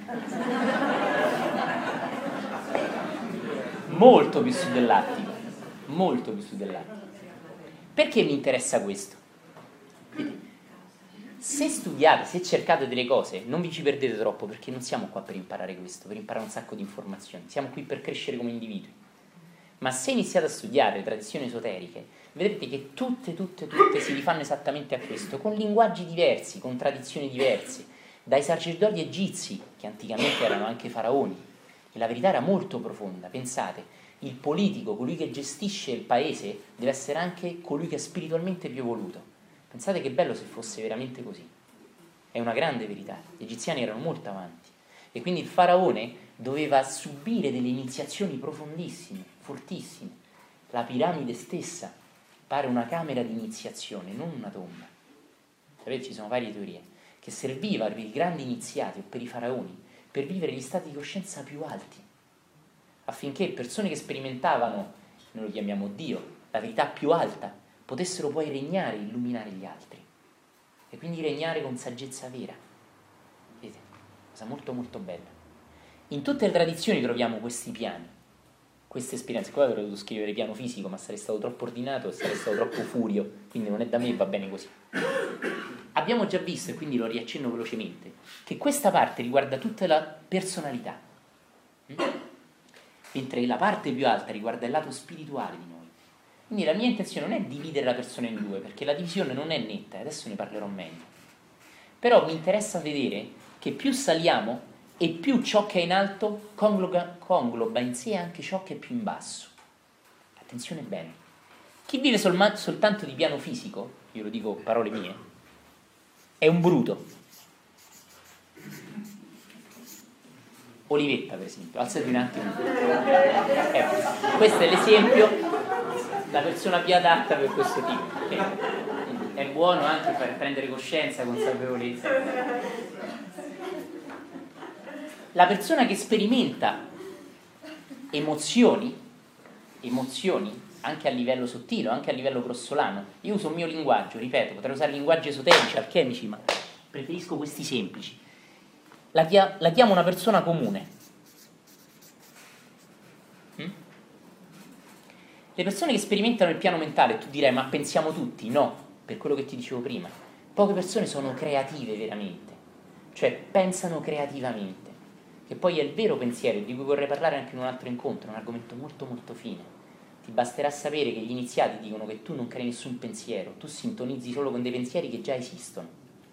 Molto più su dell'attico, molto più su dell'attico. Perché mi interessa questo? Se studiate, se cercate delle cose, non vi ci perdete troppo, perché non siamo qua per imparare questo, per imparare un sacco di informazioni, siamo qui per crescere come individui. Ma se iniziate a studiare le tradizioni esoteriche, vedrete che tutte si rifanno esattamente a questo, con linguaggi diversi, con tradizioni diverse, dai sacerdoti egizi, che anticamente erano anche faraoni. E la verità era molto profonda. Pensate, il politico, colui che gestisce il paese, deve essere anche colui che è spiritualmente più evoluto. Pensate che bello se fosse veramente così. È una grande verità. Gli egiziani erano molto avanti. E quindi il faraone doveva subire delle iniziazioni profondissime, fortissime. La piramide stessa pare una camera di iniziazione, non una tomba. Sapete, ci sono varie teorie, che serviva per i grandi iniziati o per i faraoni per vivere gli stati di coscienza più alti, affinché persone che sperimentavano, noi lo chiamiamo Dio, la verità più alta, potessero poi regnare e illuminare gli altri. E quindi regnare con saggezza vera. Vedete? Cosa molto molto bella. In tutte le tradizioni troviamo questi piani, queste esperienze. Qua avrei dovuto scrivere piano fisico, ma sarei stato troppo ordinato e sarei stato troppo furio, quindi non è da me e va bene così. Abbiamo già visto, e quindi lo riaccenno velocemente, che questa parte riguarda tutta la personalità, mentre la parte più alta riguarda il lato spirituale di noi. Quindi la mia intenzione non è dividere la persona in due, perché la divisione non è netta, adesso ne parlerò meglio. Però mi interessa vedere che più saliamo e più ciò che è in alto congloba in sé anche ciò che è più in basso. Attenzione bene. Chi vive soltanto di piano fisico, io lo dico parole mie, è un bruto. Olivetta, per esempio, alzati un attimo. Questo è l'esempio, la persona più adatta per questo tipo. È buono anche per prendere coscienza, consapevolezza. La persona che sperimenta emozioni, anche a livello sottile, anche a livello grossolano. Io uso il mio linguaggio, ripeto, potrei usare linguaggi esoterici, alchemici, ma preferisco questi semplici. La chiamo una persona comune. Le persone che sperimentano il piano mentale, tu direi, ma pensiamo tutti? No, per quello che ti dicevo prima. Poche persone sono creative veramente, cioè pensano creativamente, che poi è il vero pensiero, di cui vorrei parlare anche in un altro incontro, un argomento molto molto fine. Ti basterà sapere che gli iniziati dicono che tu non crei nessun pensiero, tu sintonizzi solo con dei pensieri che già esistono.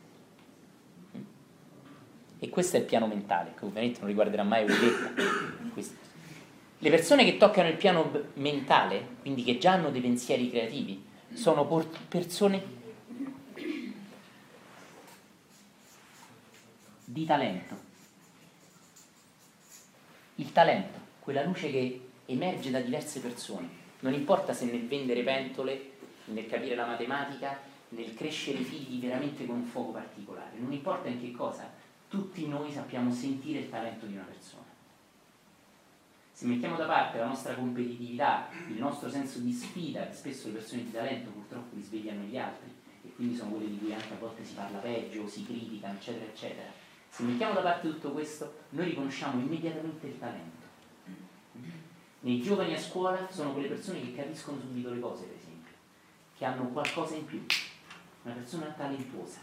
E questo è il piano mentale, che ovviamente non riguarderà mai Olivetta. Le persone che toccano il piano mentale, quindi che già hanno dei pensieri creativi, sono persone di talento. Il talento, quella luce che emerge da diverse persone. Non importa se nel vendere pentole, nel capire la matematica, nel crescere i figli veramente con un fuoco particolare. Non importa in che cosa, tutti noi sappiamo sentire il talento di una persona. Se mettiamo da parte la nostra competitività, il nostro senso di sfida, che spesso le persone di talento purtroppo li svegliano gli altri, e quindi sono quelle di cui anche a volte si parla peggio, si critica, eccetera, eccetera. Se mettiamo da parte tutto questo, noi riconosciamo immediatamente il talento. Nei giovani a scuola sono quelle persone che capiscono subito le cose, per esempio, che hanno qualcosa in più, una persona talentuosa.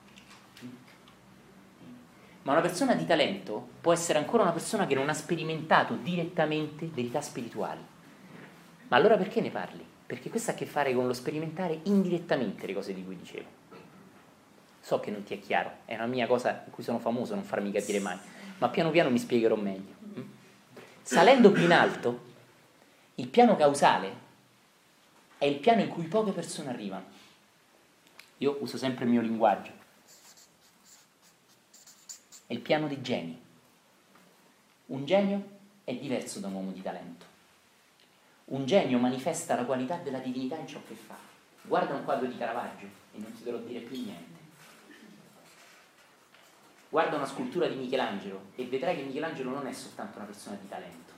Ma una persona di talento può essere ancora una persona che non ha sperimentato direttamente verità spirituali. Ma allora perché ne parli? Perché questo ha a che fare con lo sperimentare indirettamente le cose di cui dicevo. So che non ti è chiaro, è una mia cosa in cui sono famoso, non farmi capire mai, ma piano piano mi spiegherò meglio. Salendo più in alto, il piano causale è il piano in cui poche persone arrivano. Io uso sempre il mio linguaggio. È il piano dei geni. Un genio è diverso da un uomo di talento. Un genio manifesta la qualità della divinità in ciò che fa. Guarda un quadro di Caravaggio e non ti dovrò dire più niente. Guarda una scultura di Michelangelo e vedrai che Michelangelo non è soltanto una persona di talento.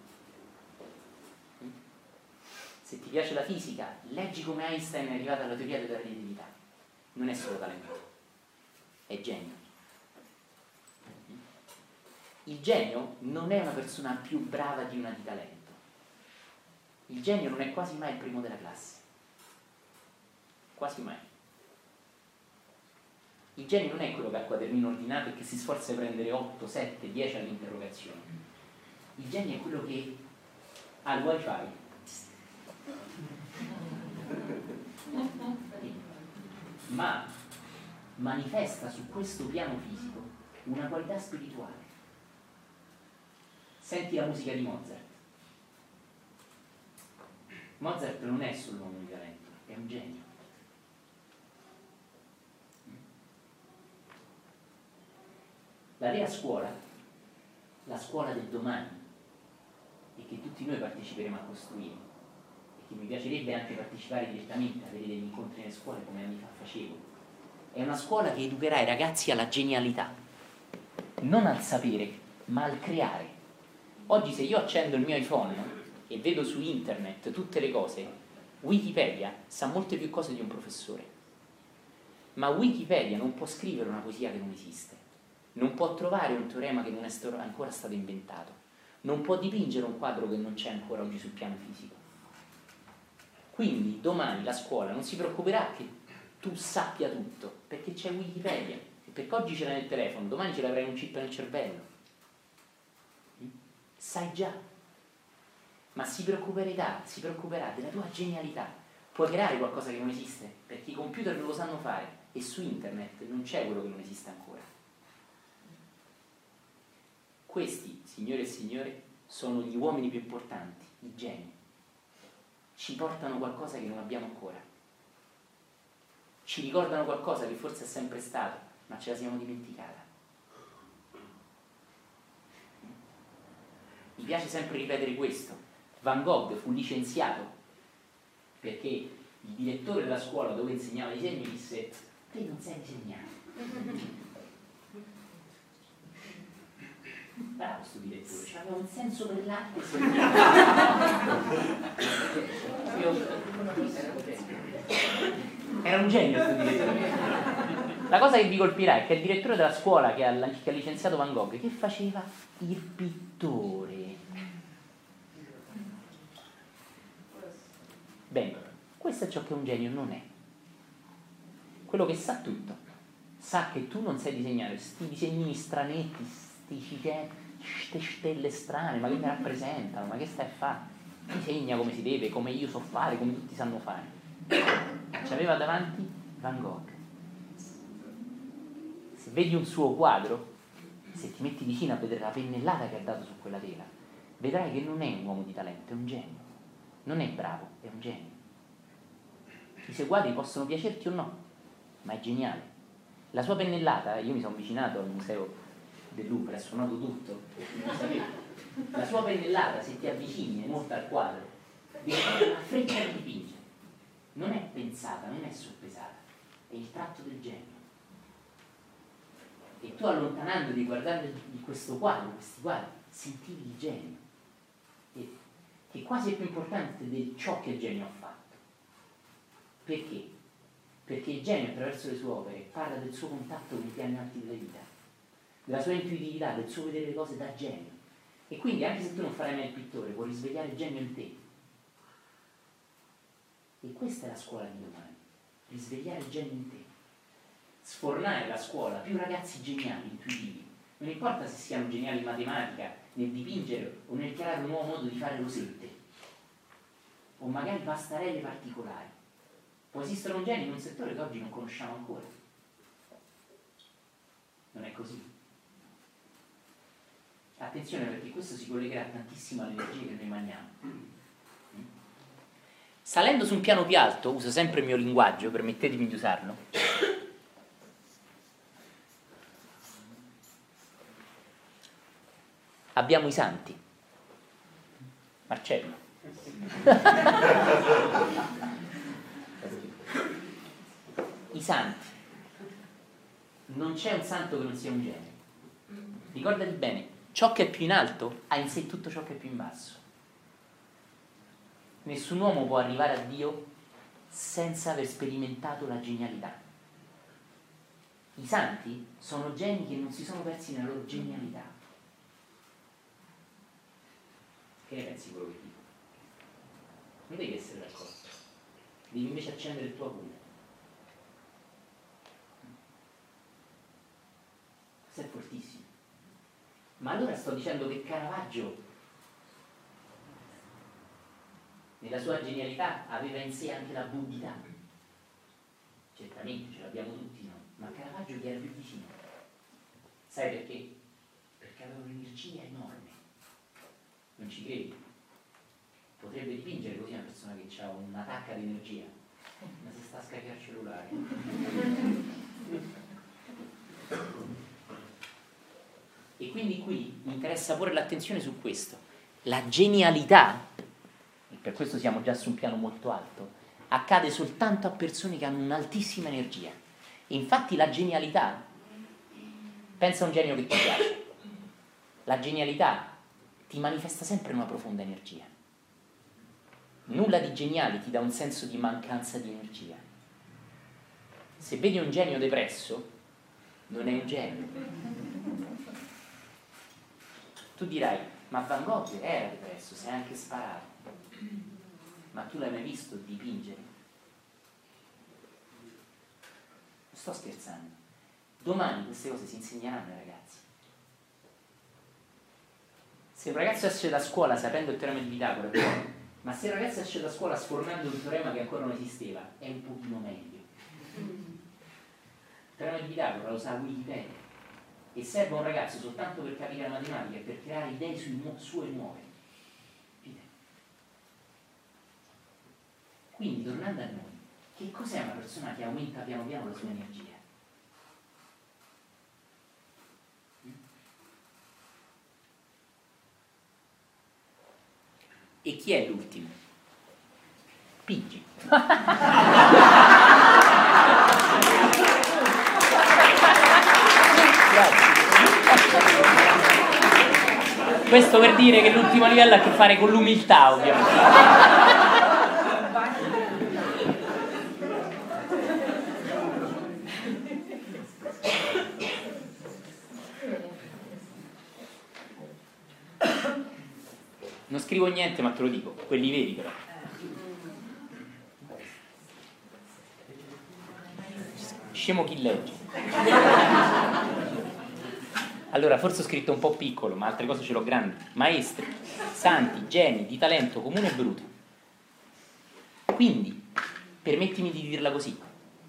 Se ti piace la fisica, leggi come Einstein è arrivato alla teoria della relatività. Non è solo talento, è genio. Il genio non è una persona più brava di una di talento. Il genio non è quasi mai il primo della classe. Quasi mai. Il genio non è quello che ha il quadernino ordinato e che si sforza di prendere 8, 7, 10 all'interrogazione. Il genio è quello che ha il wifi. Ma manifesta su questo piano fisico una qualità spirituale. Senti la musica di Mozart. Mozart non è solo un uomo di talento, è un genio. La vera scuola, la scuola del domani, e che tutti noi parteciperemo a costruire, e che mi piacerebbe anche partecipare direttamente, avere degli incontri nelle scuole come anni fa facevo, è una scuola che educherà i ragazzi alla genialità, non al sapere, ma al creare. Oggi se io accendo il mio iPhone e vedo su internet tutte le cose, Wikipedia sa molte più cose di un professore, ma Wikipedia non può scrivere una poesia che non esiste, non può trovare un teorema che non è ancora stato inventato, non può dipingere un quadro che non c'è ancora oggi sul piano fisico. Quindi domani la scuola non si preoccuperà che tu sappia tutto, perché c'è Wikipedia, e perché oggi ce l'hai nel telefono, domani ce l'avrai un chip nel cervello. Sai già, ma si preoccuperà della tua genialità. Puoi creare qualcosa che non esiste, perché i computer lo sanno fare, e su internet non c'è quello che non esiste ancora. Questi, signore e signore, sono gli uomini più importanti, i geni. Ci portano qualcosa che non abbiamo ancora. Ci ricordano qualcosa che forse è sempre stato, ma ce la siamo dimenticata. Mi piace sempre ripetere questo. Van Gogh fu licenziato perché il direttore della scuola dove insegnava disegno gli disse: te non sai disegnare. Bravo sto direttore, aveva un senso per l'arte. Era un genio sto direttore. La cosa che vi colpirà è che il direttore della scuola che ha licenziato Van Gogh, che faceva? Il pittore. Bene, questo è ciò che un genio non è. Quello che sa tutto. Sa che tu non sai disegnare sti disegnini stranetti, ste stelle strane, ma che mi rappresentano, ma che stai a fare? Disegna come si deve, come io so fare, come tutti sanno fare. Ci aveva davanti Van Gogh. Se vedi un suo quadro, se ti metti vicino a vedere la pennellata che ha dato su quella tela, vedrai che non è un uomo di talento, è un genio. Non è bravo, è un genio. I suoi quadri possono piacerti o no, ma è geniale. La sua pennellata, io mi sono avvicinato al museo del Louvre, ha suonato tutto, la sua pennellata, se ti avvicini molto al quadro, devi avere una fretta di dipingere. Non è pensata, non è soppesata, è il tratto del genio. E tu allontanandoti, guardando di questo quadro, questi quadri, sentivi il genio, che quasi è più importante di ciò che il genio ha fatto. Perché? Perché il genio, attraverso le sue opere, parla del suo contatto con i piani alti della vita, della sua intuitività, del suo vedere le cose da genio. E quindi anche se tu non farai mai il pittore, puoi risvegliare il genio in te. E questa è la scuola di domani, risvegliare il genio in te. Sfornare la scuola più ragazzi geniali, intuitivi. Non importa se siano geniali in matematica, nel dipingere o nel creare un nuovo modo di fare rosette, o magari pastarelle particolari. Può esistere un genio in un settore che oggi non conosciamo ancora. Non è così. Attenzione, perché questo si collegherà tantissimo all'energia che noi mangiamo. Salendo su un piano più alto, uso sempre il mio linguaggio, permettetemi di usarlo. Abbiamo i santi. Marcello. I santi. Non c'è un santo che non sia un genio. Ricordati bene, ciò che è più in alto ha in sé tutto ciò che è più in basso. Nessun uomo può arrivare a Dio senza aver sperimentato la genialità. I santi sono geni che non si sono persi nella loro genialità. Che ne pensi quello che dico? Non devi essere d'accordo, devi invece accendere il tuo acume. Questo è fortissimo. Ma allora sto dicendo che Caravaggio, nella sua genialità, aveva in sé anche la buddhità. Certamente ce l'abbiamo tutti noi, ma Caravaggio gli era più vicino. Sai perché? Perché aveva un'energia enorme. Non ci credi? Potrebbe dipingere così una persona che ha una tacca di energia, ma si sta a scaricare il cellulare. E quindi qui mi interessa porre l'attenzione su questo. La genialità, e per questo siamo già su un piano molto alto, accade soltanto a persone che hanno un'altissima energia. Infatti la genialità, pensa a un genio che ti piace, la genialità ti manifesta sempre una profonda energia. Nulla di geniale ti dà un senso di mancanza di energia. Se vedi un genio depresso, non è un genio. Tu dirai, ma Van Gogh era depresso, si è anche sparato. Ma tu l'hai mai visto dipingere? Non sto scherzando. Domani queste cose si insegneranno ai ragazzi. Se un ragazzo esce da scuola sapendo il teorema di Pitagora, è buono. Ma se il ragazzo esce da scuola sfornando un teorema che ancora non esisteva, è un pochino meglio. Il teorema di Pitagora lo sa Wikipedia. E serve a un ragazzo soltanto per capire la matematica e per creare idee sue nuove. Quindi, tornando a noi, che cos'è una persona che aumenta piano piano la sua energia? E chi è l'ultimo? Piggi. Questo per dire che l'ultimo livello ha a che fare con l'umiltà, ovviamente. Non scrivo niente, ma te lo dico, quelli veri però. Scemo chi legge. Allora, forse ho scritto un po' piccolo, ma altre cose ce l'ho grandi. Maestri, santi, geni, di talento comune e bruto. Quindi, permettimi di dirla così.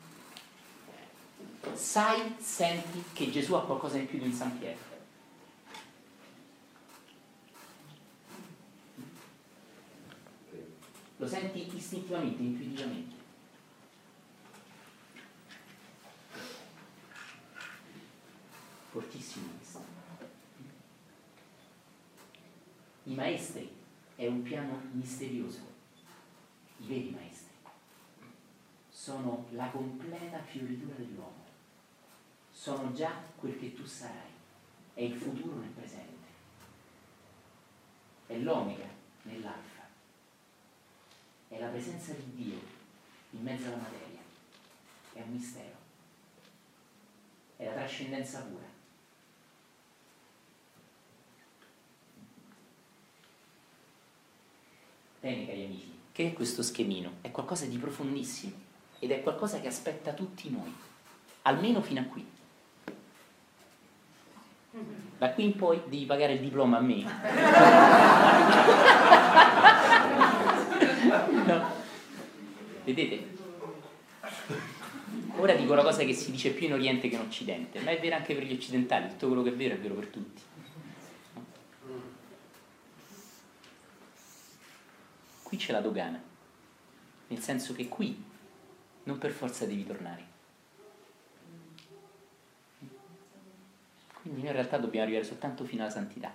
Sai, senti che Gesù ha qualcosa in più di un San Pietro. Lo senti istintivamente, intuitivamente. Fortissimo questo. I maestri è un piano misterioso. I veri maestri sono la completa fioritura dell'uomo. Sono già quel che tu sarai. È il futuro nel presente. È l'omega nell'alfa. È la presenza di Dio in mezzo alla materia. È un mistero. È la trascendenza pura. Bene, cari amici, che è questo schemino? È qualcosa di profondissimo ed è qualcosa che aspetta tutti noi, almeno fino a qui. Da qui in poi devi pagare il diploma a me. No. Vedete? Ora dico una cosa che si dice più in Oriente che in Occidente, ma è vero anche per gli occidentali, tutto quello che è vero per tutti. Qui c'è la dogana, nel senso che qui non per forza devi tornare. Quindi noi in realtà dobbiamo arrivare soltanto fino alla santità.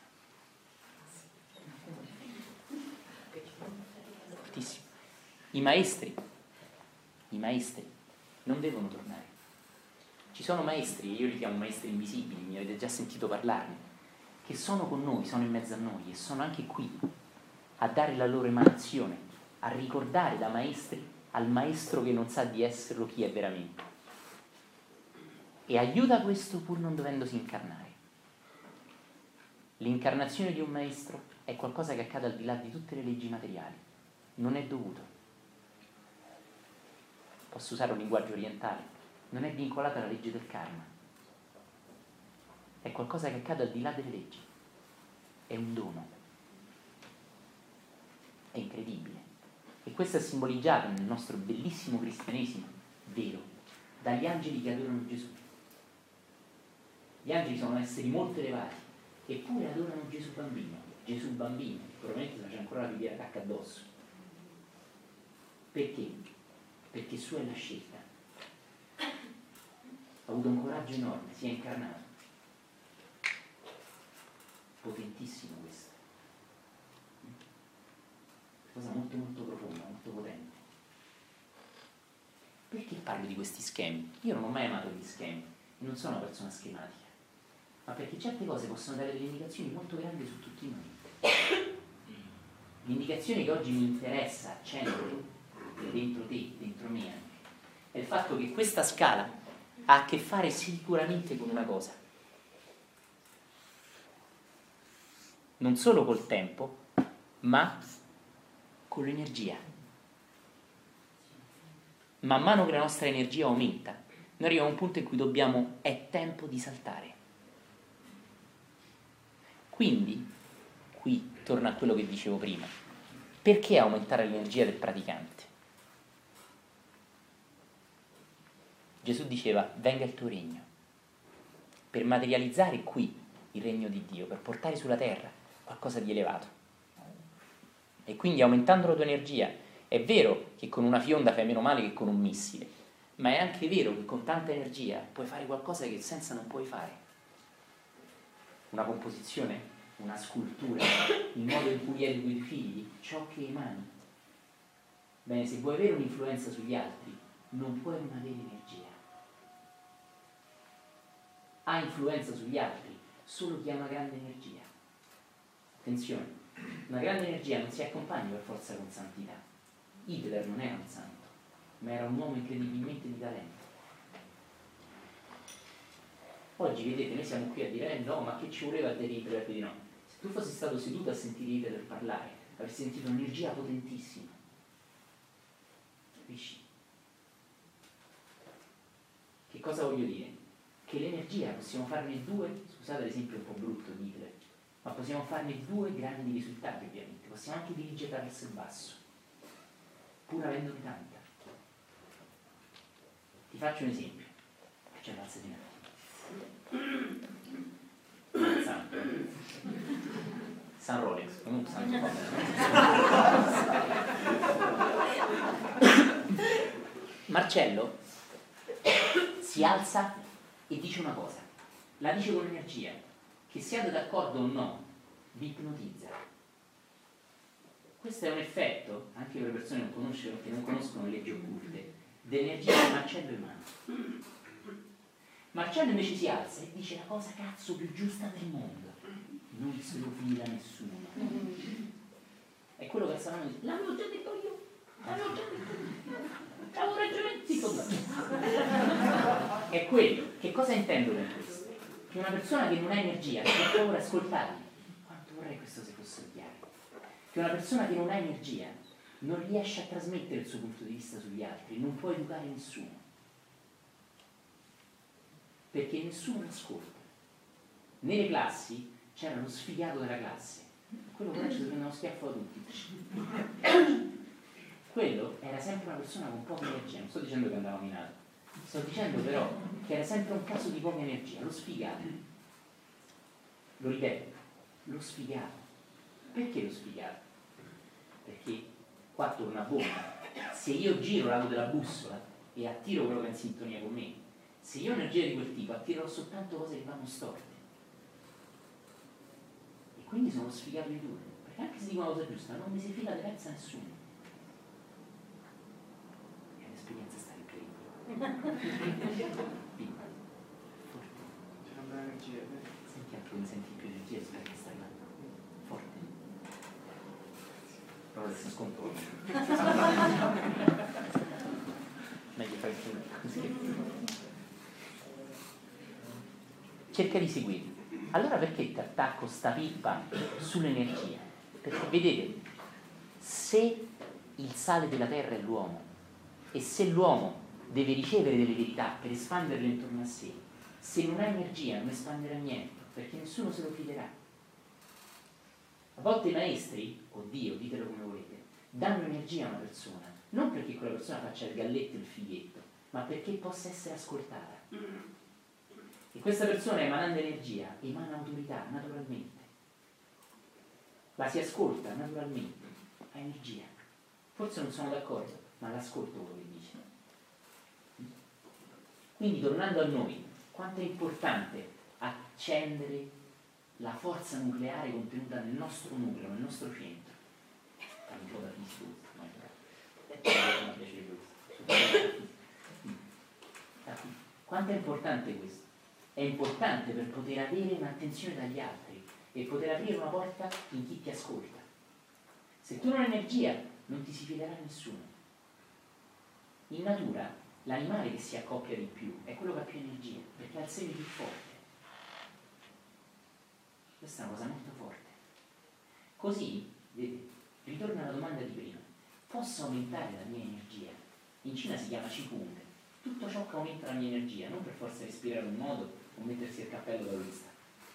Fortissimo. I maestri non devono tornare. Ci sono maestri, io li chiamo maestri invisibili, mi avete già sentito parlarne, che sono con noi, sono in mezzo a noi e sono anche qui a dare la loro emanazione, a ricordare da maestri al maestro che non sa di esserlo chi è veramente. E aiuta questo pur non dovendosi incarnare. L'incarnazione di un maestro è qualcosa che accade al di là di tutte le leggi materiali, non è dovuto. Posso usare un linguaggio orientale, non è vincolata alla legge del karma, è qualcosa che accade al di là delle leggi, è un dono, è incredibile. E questo è simboleggiato nel nostro bellissimo cristianesimo vero dagli angeli che adorano Gesù. Gli angeli sono esseri molto elevati, eppure adorano Gesù bambino. Gesù bambino, probabilmente c'è ancora la Bibbia attacca addosso. Perché? Perché sua è la scelta. Ha avuto un coraggio enorme, si è incarnato. Potentissimo questo. Cosa molto molto profonda, molto potente. Perché parlo di questi schemi? Io non ho mai amato gli schemi, non sono una persona schematica, ma perché certe cose possono dare delle indicazioni molto grandi su tutti noi. L'indicazione che oggi mi interessa accendere dentro te, dentro me anche, è il fatto che questa scala ha a che fare sicuramente con una cosa. Non solo col tempo, ma con l'energia. Man mano che la nostra energia aumenta, noi arriviamo a un punto in cui è tempo di saltare. Quindi, qui torno a quello che dicevo prima, perché aumentare l'energia del praticante? Gesù diceva, venga il tuo regno, per materializzare qui il regno di Dio, per portare sulla terra qualcosa di elevato. E quindi aumentando la tua energia, è vero che con una fionda fai meno male che con un missile, ma è anche vero che con tanta energia puoi fare qualcosa che senza non puoi fare. Una composizione, una scultura, il modo in cui educhi i tuoi figli, ciò che emani. Bene, se vuoi avere un'influenza sugli altri, non puoi non avere energia. Ha influenza sugli altri solo chi ha una grande energia. Attenzione, una grande energia non si accompagna per forza con santità. Hitler non era un santo, ma era un uomo incredibilmente di talento. Oggi vedete, noi siamo qui a dire no, ma che ci voleva dire Hitler? Quindi no. Se tu fossi stato seduto a sentire Hitler parlare, avresti sentito un'energia potentissima. Capisci? Che cosa voglio dire? Che l'energia possiamo farne due, scusate l'esempio un po' brutto di Hitler, ma possiamo farne due grandi risultati ovviamente. Possiamo anche dirigerla verso il basso, pur avendone tanta. Ti faccio un esempio. C'è l'alza di un santo. San Rolex, comunque santo. Marcello si alza e dice una cosa, la dice con energia, che siate d'accordo o no, vi ipnotizza. Questo è un effetto, anche per persone che non conoscono le leggi occulte, dell'energia che Marcello emana. Marcello invece si alza e dice la cosa cazzo più giusta del mondo. Non se lo fila nessuno. È quello che stavano dicendo. L'avevo già detto io. Avevo ragione, zitto. È quello. Che cosa intendo con questo? Che una persona che non ha energia, per favore ascoltarmi. Quanto vorrei questo se fosse chiaro. Che una persona che non ha energia non riesce a trasmettere il suo punto di vista sugli altri, non può educare nessuno. Perché nessuno ascolta. Nelle classi c'era lo sfigato della classe, quello che ci prende uno schiaffo da tutti. Quello era sempre una persona con poca energia, non sto dicendo che andava minato, sto dicendo però che era sempre un caso di poca energia, lo sfigato. Lo ripeto, lo sfigato. Perché lo sfigato? Perché qua torna a bomba. Se io giro l'ago della bussola e attiro quello che è in sintonia con me, se io ho energia di quel tipo attirerò soltanto cose che vanno storte. E quindi sono sfigato di turno, perché anche se dico una cosa giusta non mi si fila di pezza nessuno. È un'esperienza stare incredibile. Forte. C'è una bella energia. Senti anche come senti più energia perché stai là. Forte. Però adesso sconto. Meglio fare il così. Cerca di seguirli. Allora perché ti attacco sta pippa sull'energia? Perché vedete, se il sale della terra è l'uomo e se l'uomo deve ricevere delle verità per espanderle intorno a sé, se non ha energia non espanderà niente, perché nessuno se lo fiderà. A volte i maestri, o Dio, ditelo come volete, danno energia a una persona, non perché quella persona faccia il galletto e il fighetto, ma perché possa essere ascoltata. E questa persona, emanando energia, emana autorità naturalmente. La si ascolta naturalmente, ha energia. Forse non sono d'accordo, ma l'ascolto quello che dice. Quindi, tornando a noi, quanto è importante accendere la forza nucleare contenuta nel nostro nucleo, nel nostro centro. Fanno un po' da fisico, quanto è importante questo? È importante per poter avere un'attenzione dagli altri e poter aprire una porta in chi ti ascolta. Se tu non hai energia, non ti si fiderà nessuno. In natura, l'animale che si accoppia di più è quello che ha più energia, perché ha il seme più forte. Questa è una cosa molto forte. Così, vedete, ritorno alla domanda di prima. Posso aumentare la mia energia? In Cina si chiama Qigong. Tutto ciò che aumenta la mia energia, non per forza respirare un modo o mettersi il cappello da vista.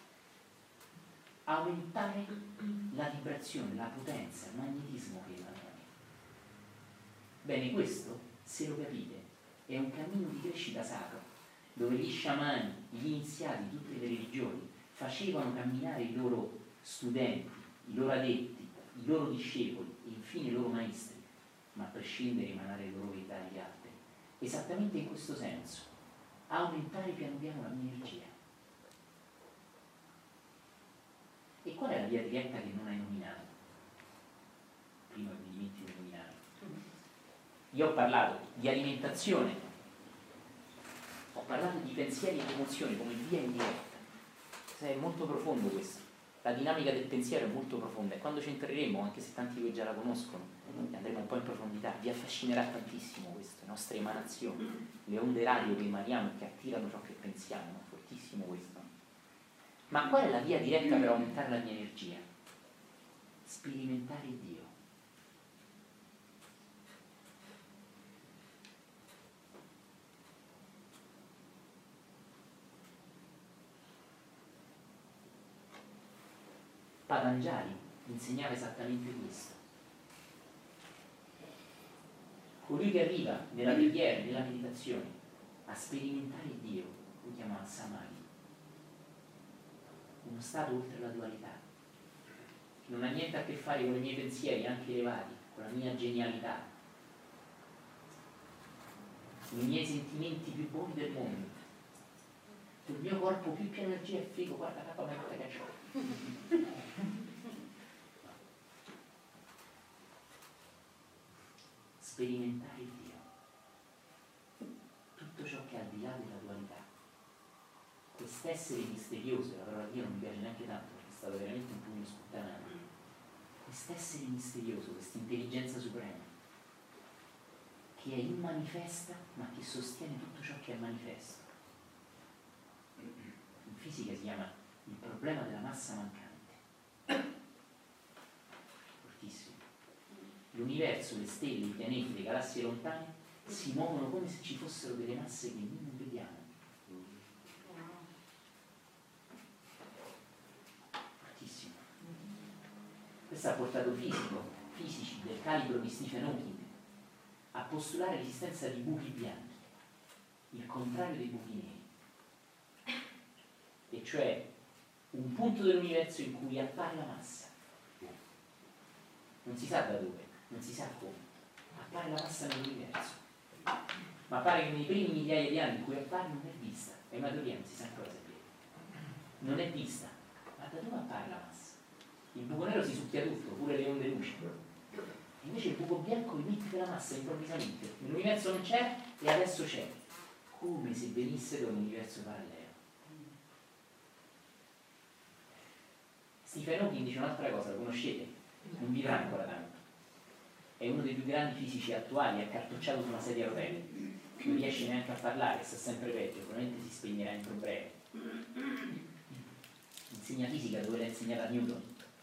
Aumentare la vibrazione, la potenza, il magnetismo che emana da me. Bene, questo, se lo capite, è un cammino di crescita sacro, dove gli sciamani, gli iniziati di tutte le religioni facevano camminare i loro studenti, i loro adepti, i loro discepoli e infine i loro maestri, ma a prescindere emanare le loro verità agli altri, esattamente in questo senso, aumentare piano piano la mia energia. E qual è la via diretta che non hai nominato? Prima che mi dimentico di nominare. Io ho parlato di alimentazione, ho parlato di pensieri ed emozioni come via indiretta. È molto profondo questo. La dinamica del pensiero è molto profonda e quando ci entreremo, anche se tanti di voi già la conoscono, andremo un po' in profondità, vi affascinerà tantissimo questo, le nostre emanazioni, le onde radio che emaniamo e che attirano ciò che pensiamo, è fortissimo questo. Ma qual è la via diretta per aumentare la mia energia? Sperimentare Dio. Patanjali insegnava esattamente questo. Colui che arriva nella preghiera, nella meditazione, a sperimentare Dio, lo chiama Samadhi, uno stato oltre la dualità, che non ha niente a che fare con i miei pensieri, anche elevati, con la mia genialità, con i miei sentimenti più buoni del mondo, sul mio corpo più che energia e figo, guarda capamente che c'ho. Sperimentare Dio, tutto ciò che è al di là della dualità, quest'essere misterioso, la parola Dio non mi piace neanche tanto perché è stato veramente un pugno sputtanato, quest'essere misterioso, questa intelligenza suprema che è immanifesta ma che sostiene tutto ciò che è manifesto. In fisica si chiama il problema della massa mancante. Fortissimo. L'universo, le stelle, i pianeti, le galassie lontane si muovono come se ci fossero delle masse che noi non vediamo. Fortissimo. Questo ha portato fisici del calibro di Stephen Hawking a postulare l'esistenza di buchi bianchi, il contrario dei buchi neri, e cioè un punto dell'universo in cui appare la massa. Non si sa da dove, non si sa come, appare la massa nell'universo, ma pare che nei primi migliaia di anni in cui appare non è vista, e una teoria non si sa ancora sapere, non è vista, ma da dove appare la massa? Il buco nero si succhia tutto, pure le onde luce, e invece il buco bianco emette la massa improvvisamente, l'universo non c'è e adesso c'è, come se venisse da un universo parallelo. Stephen Hawking dice un'altra cosa, lo conoscete? Non vivrà ancora tanto. È uno dei più grandi fisici attuali, è accartocciato su una sedia a rotelle, non riesce neanche a parlare, sta sempre peggio, probabilmente si spegnerà entro breve. insegna fisica dove l'ha insegnata a Newton,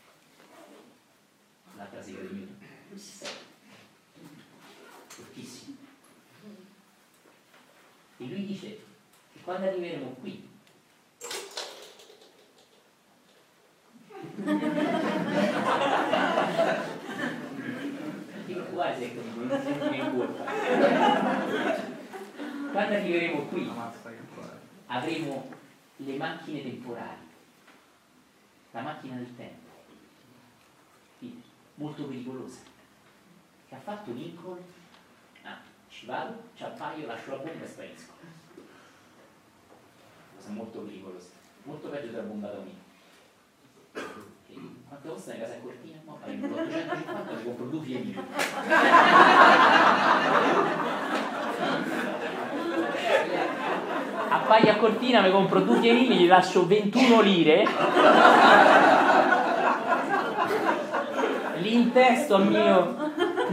l'altra sega di Newton, fortissimo. E lui dice che quando arriveremo qui quasi ecco, non si in colpa. Quando arriveremo qui avremo le macchine temporali, la macchina del tempo, molto pericolosa, che ha fatto Lincoln. Ci vado, ci appaio, lascio la bomba e sparisco. Cosa molto pericolosa, molto peggio della bomba atomica. Quanto costa una casa a Cortina? No, avremo 850, mi compro 2 fiemi. Appaio a Cortina, mi compro 2 fienini, gli lascio 21 lire. L'intesto al mio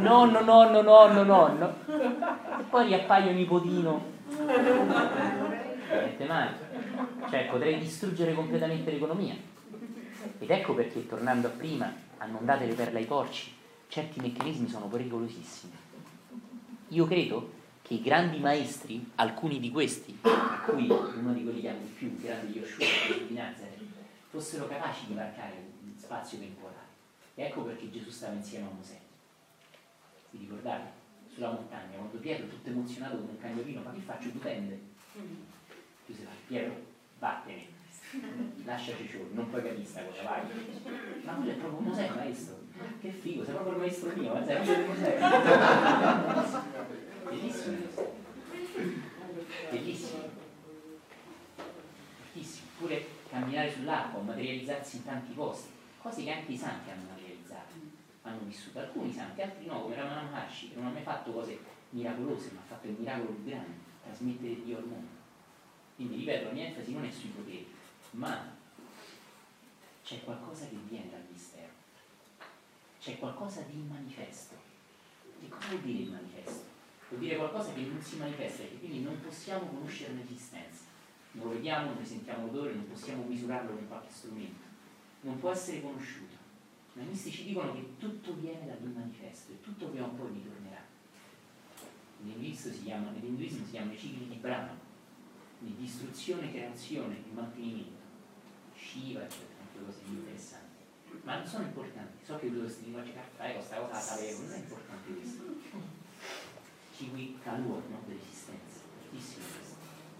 no. E poi riappaio nipotino. Niente male. Cioè potrei distruggere completamente l'economia. Ed ecco perché, tornando a prima, a non date le perle ai porci, certi meccanismi sono pericolosissimi. Io credo che i grandi maestri, alcuni di questi, a cui uno di quelli che hanno il più grande Yoshua di Nazareth, fossero capaci di marcare un spazio temporale. E ecco perché Gesù stava insieme a Mosè. Vi ricordate? Sulla montagna, quando Pietro, tutto emozionato come un cagnolino, ma che faccio? Tu tende? Giuseppe, Pietro, vattene, lasciaci solo, non puoi capire sta cosa, vai. Ma quello è proprio Mosè, il maestro. Che figo, sei proprio il maestro mio, sei figlio di Mosè. Bellissimo. Bellissimo. Bellissimo. Pure camminare sull'acqua, materializzarsi in tanti posti, cose che anche i santi hanno materializzato, hanno vissuto. Alcuni santi, altri no, come Ramana Maharshi, che non ha mai fatto cose miracolose, ma ha fatto il miracolo più grande, trasmettere Dio al mondo. Quindi ripeto, la mia enfasi non è sui poteri, ma c'è qualcosa che viene dal mistero, c'è qualcosa di manifesto. Che cosa vuol dire il manifesto? Vuol dire qualcosa che non si manifesta e che quindi non possiamo conoscere l'esistenza. Non lo vediamo, non ne sentiamo l'odore, non possiamo misurarlo con qualche strumento. Non può essere conosciuto. Ma i mistici dicono che tutto viene da un manifesto e tutto prima o poi ritornerà. Nell'induismo si chiamano i cicli di Brahma, di distruzione, creazione e mantenimento. Shiva, eccetera, anche cose interessanti. Ma non sono importanti. So che dovresti linguaggi carta, questa cosa la sapevo, non è importante questo. Cicli calore, no? Dell'esistenza, fortissimo questo.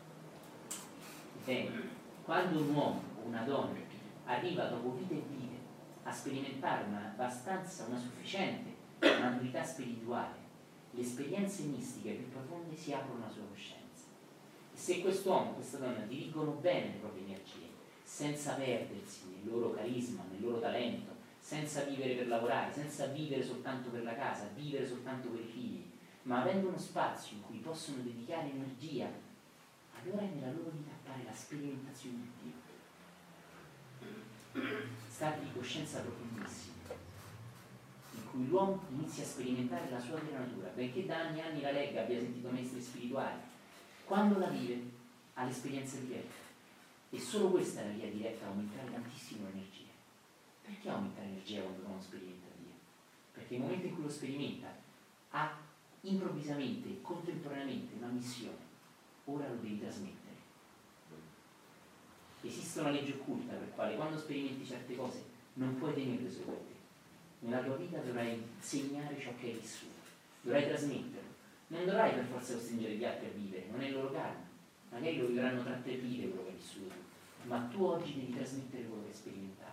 Bene, quando un uomo o una donna arriva dopo vite e vite a sperimentare una sufficiente maturità spirituale, le esperienze mistiche più profonde si aprono alla sua coscienza. E se quest'uomo o questa donna dirigono bene le proprie energie, senza perdersi nel loro carisma, nel loro talento, senza vivere per lavorare, senza vivere soltanto per la casa, vivere soltanto per i figli, ma avendo uno spazio in cui possono dedicare energia, allora nella loro vita appare la sperimentazione di Dio. Stati di coscienza profondissimi, in cui l'uomo inizia a sperimentare la sua vera natura, benché da anni e anni la legga, abbia sentito maestri spirituali, quando la vive ha l'esperienza diretta. E solo questa è la via diretta a aumentare tantissimo l'energia. Perché aumenta l'energia quando uno sperimenta Dio? Perché nel momento in cui lo sperimenta ha improvvisamente e contemporaneamente una missione. Ora lo devi trasmettere. Esiste una legge occulta per quale quando sperimenti certe cose non puoi tenerle solo per te. Nella tua vita dovrai insegnare ciò che hai vissuto, dovrai trasmetterlo. Non dovrai per forza costringere gli altri a vivere, non è il loro karma. Magari lo vivranno tra 3 vite quello che hai vissuto, ma tu oggi devi trasmettere quello che hai sperimentato.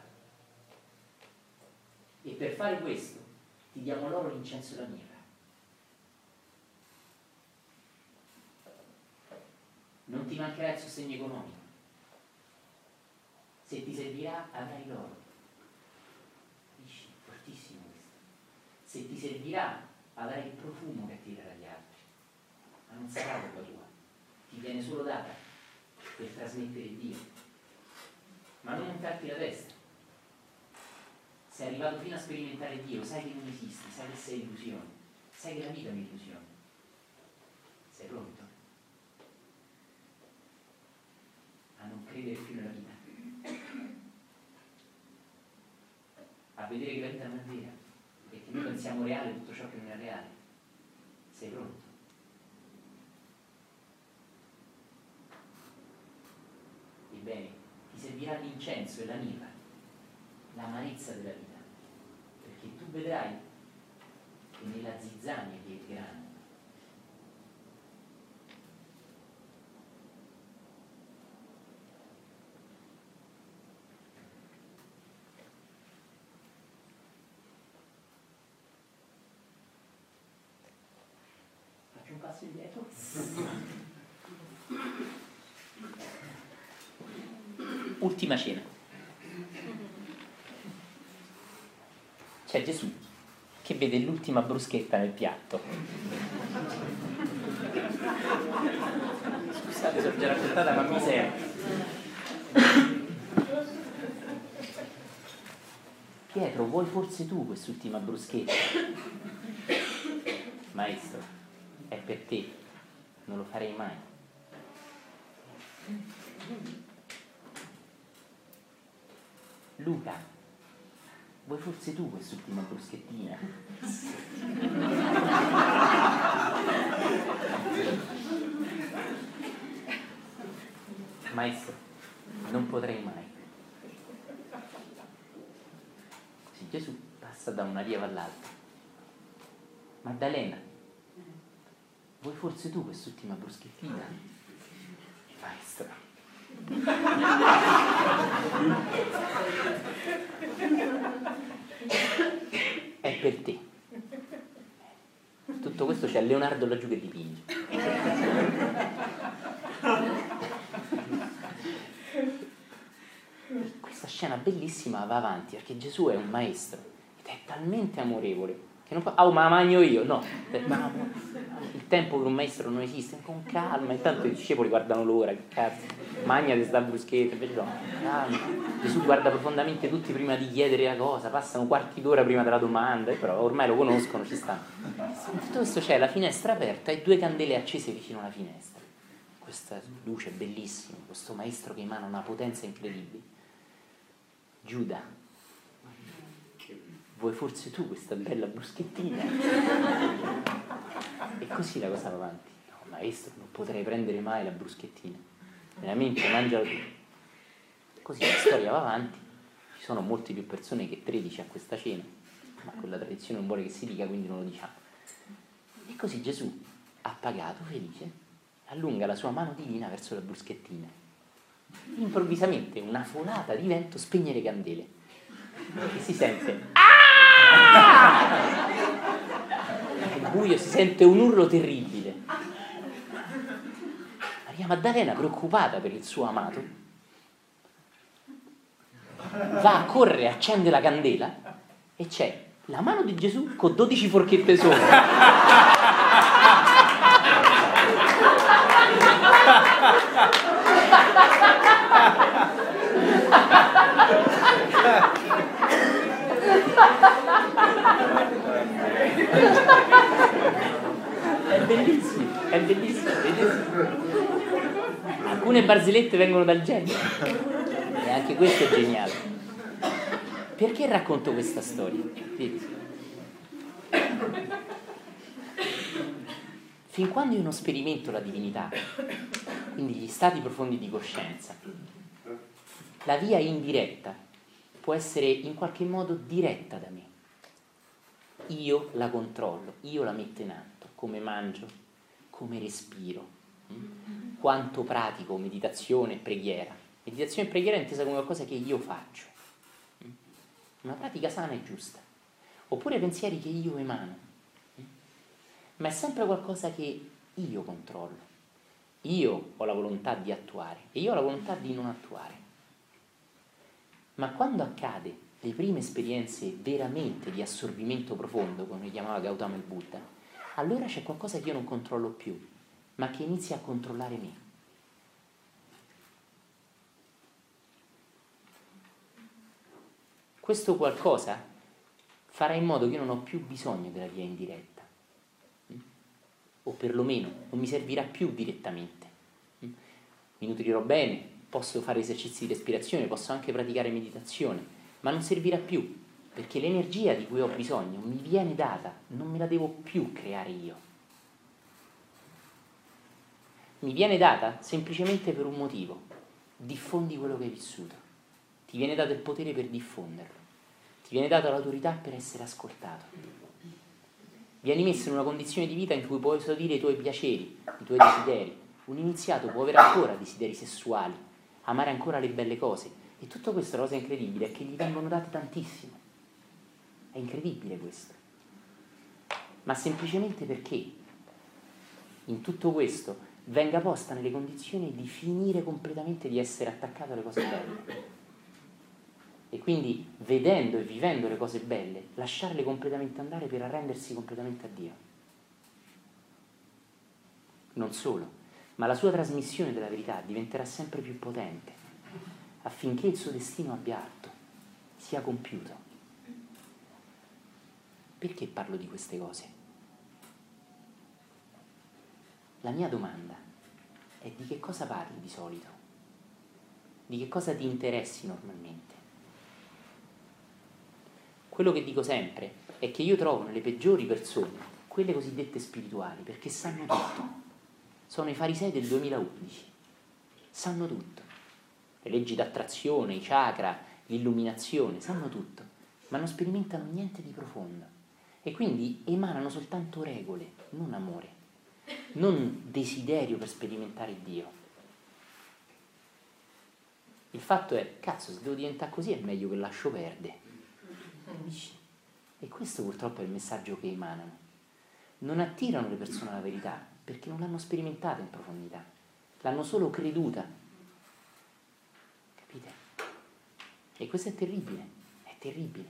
E per fare questo ti diamo l'oro, l'incenso e la mirra. Non ti mancherà il sostegno economico. Se ti servirà avrai l'oro. Dici, fortissimo questo. Se ti servirà avrai il profumo che attirerà gli altri, ma non sarà roba tua, ti viene solo data per trasmettere Dio. Ma non montarti la testa. Sei arrivato fino a sperimentare Dio, sai che non esiste, sai che sei illusione, sai che la vita è un'illusione. Sei pronto a non credere più nella vita? a vedere che la vita non è vera, perché noi pensiamo reale tutto ciò che non è reale. Sei pronto? Ebbene, ti servirà l'incenso e la mirra, l'amarezza della vita, perché tu vedrai che nella zizzania che è il grano un passo indietro. Ultima cena. C'è Gesù che vede l'ultima bruschetta nel piatto. Scusate, sono già raccontata, ma miseria. Pietro, vuoi forse tu quest'ultima bruschetta? Maestro, è per te, non lo farei mai. Luca, vuoi forse tu quest'ultima bruschettina? Maestro, non potrei mai. Così Gesù passa da una riva all'altra. Maddalena, vuoi forse tu quest'ultima bruschettina? Maestro. È per te. Tutto questo c'è Leonardo laggiù che dipinge. Questa scena bellissima va avanti perché Gesù è un maestro ed è talmente amorevole che non fa, ma magno io, no, il tempo per un maestro non esiste, con calma, intanto i discepoli guardano l'ora, che cazzo, magnate sta bruschetta, invece no, calma. Gesù guarda profondamente tutti prima di chiedere la cosa, passano quarti d'ora prima della domanda, però ormai lo conoscono, ci stanno. In tutto questo c'è la finestra aperta e 2 candele accese vicino alla finestra, questa luce bellissima, questo maestro che emana una potenza incredibile. Giuda, vuoi forse tu questa bella bruschettina? E così la cosa va avanti. No, maestro, non potrei prendere mai la bruschettina. Veramente, mangialo tu. Così la storia va avanti. Ci sono molte più persone che 13 a questa cena, ma quella tradizione non vuole che si dica, quindi non lo diciamo. E così Gesù, appagato, felice, allunga la sua mano divina verso la bruschettina. Improvvisamente una folata di vento spegne le candele e si sente nel buio si sente un urlo terribile. Maria Maddalena, preoccupata per il suo amato, va a correre, accende la candela e c'è la mano di Gesù con 12 forchette sopra. È bellissimo, è bellissimo, alcune barzellette vengono dal genio e anche questo è geniale. Perché racconto questa storia? Fin quando io non sperimento la divinità, quindi gli stati profondi di coscienza, la via indiretta può essere in qualche modo diretta da me. Io la controllo, io la metto in atto, come mangio, come respiro, quanto pratico meditazione e preghiera. Meditazione e preghiera è intesa come qualcosa che io faccio, una pratica sana e giusta, oppure pensieri che io emano, ma è sempre qualcosa che io controllo. Io ho la volontà di attuare e io ho la volontà di non attuare. Ma quando accade le prime esperienze veramente di assorbimento profondo, come chiamava Gautama il Buddha, allora c'è qualcosa che io non controllo più, ma che inizia a controllare me. Questo qualcosa farà in modo che io non ho più bisogno della via indiretta, o perlomeno non mi servirà più direttamente. Mi nutrirò bene, posso fare esercizi di respirazione, posso anche praticare meditazione, ma non servirà più, perché l'energia di cui ho bisogno mi viene data, non me la devo più creare io. Mi viene data semplicemente per un motivo: diffondi quello che hai vissuto, ti viene dato il potere per diffonderlo, ti viene data l'autorità per essere ascoltato, vieni messo in una condizione di vita in cui puoi esaudire i tuoi piaceri, i tuoi desideri. Un iniziato può avere ancora desideri sessuali, amare ancora le belle cose, e tutto questo, la cosa incredibile è che gli vengono date tantissimo. È incredibile questo, ma semplicemente perché in tutto questo venga posta nelle condizioni di finire completamente di essere attaccato alle cose belle, e quindi, vedendo e vivendo le cose belle, lasciarle completamente andare per arrendersi completamente a Dio. Non solo, ma la sua trasmissione della verità diventerà sempre più potente, affinché il suo destino abbia atto, sia compiuto. Perché parlo di queste cose? La mia domanda è: di che cosa parli di solito? Di che cosa ti interessi normalmente? Quello che dico sempre è che io trovo nelle peggiori persone quelle cosiddette spirituali, perché sanno tutto. Sono i farisei del 2011, sanno tutto. Le leggi d'attrazione, i chakra, l'illuminazione, sanno tutto, ma non sperimentano niente di profondo. E quindi emanano soltanto regole, non amore, non desiderio per sperimentare Dio. Il fatto è: cazzo, se devo diventare così è meglio che lascio perdere. E questo purtroppo è il messaggio che emanano. Non attirano le persone alla verità perché non l'hanno sperimentata in profondità, l'hanno solo creduta. Capite? E questo è terribile, è terribile.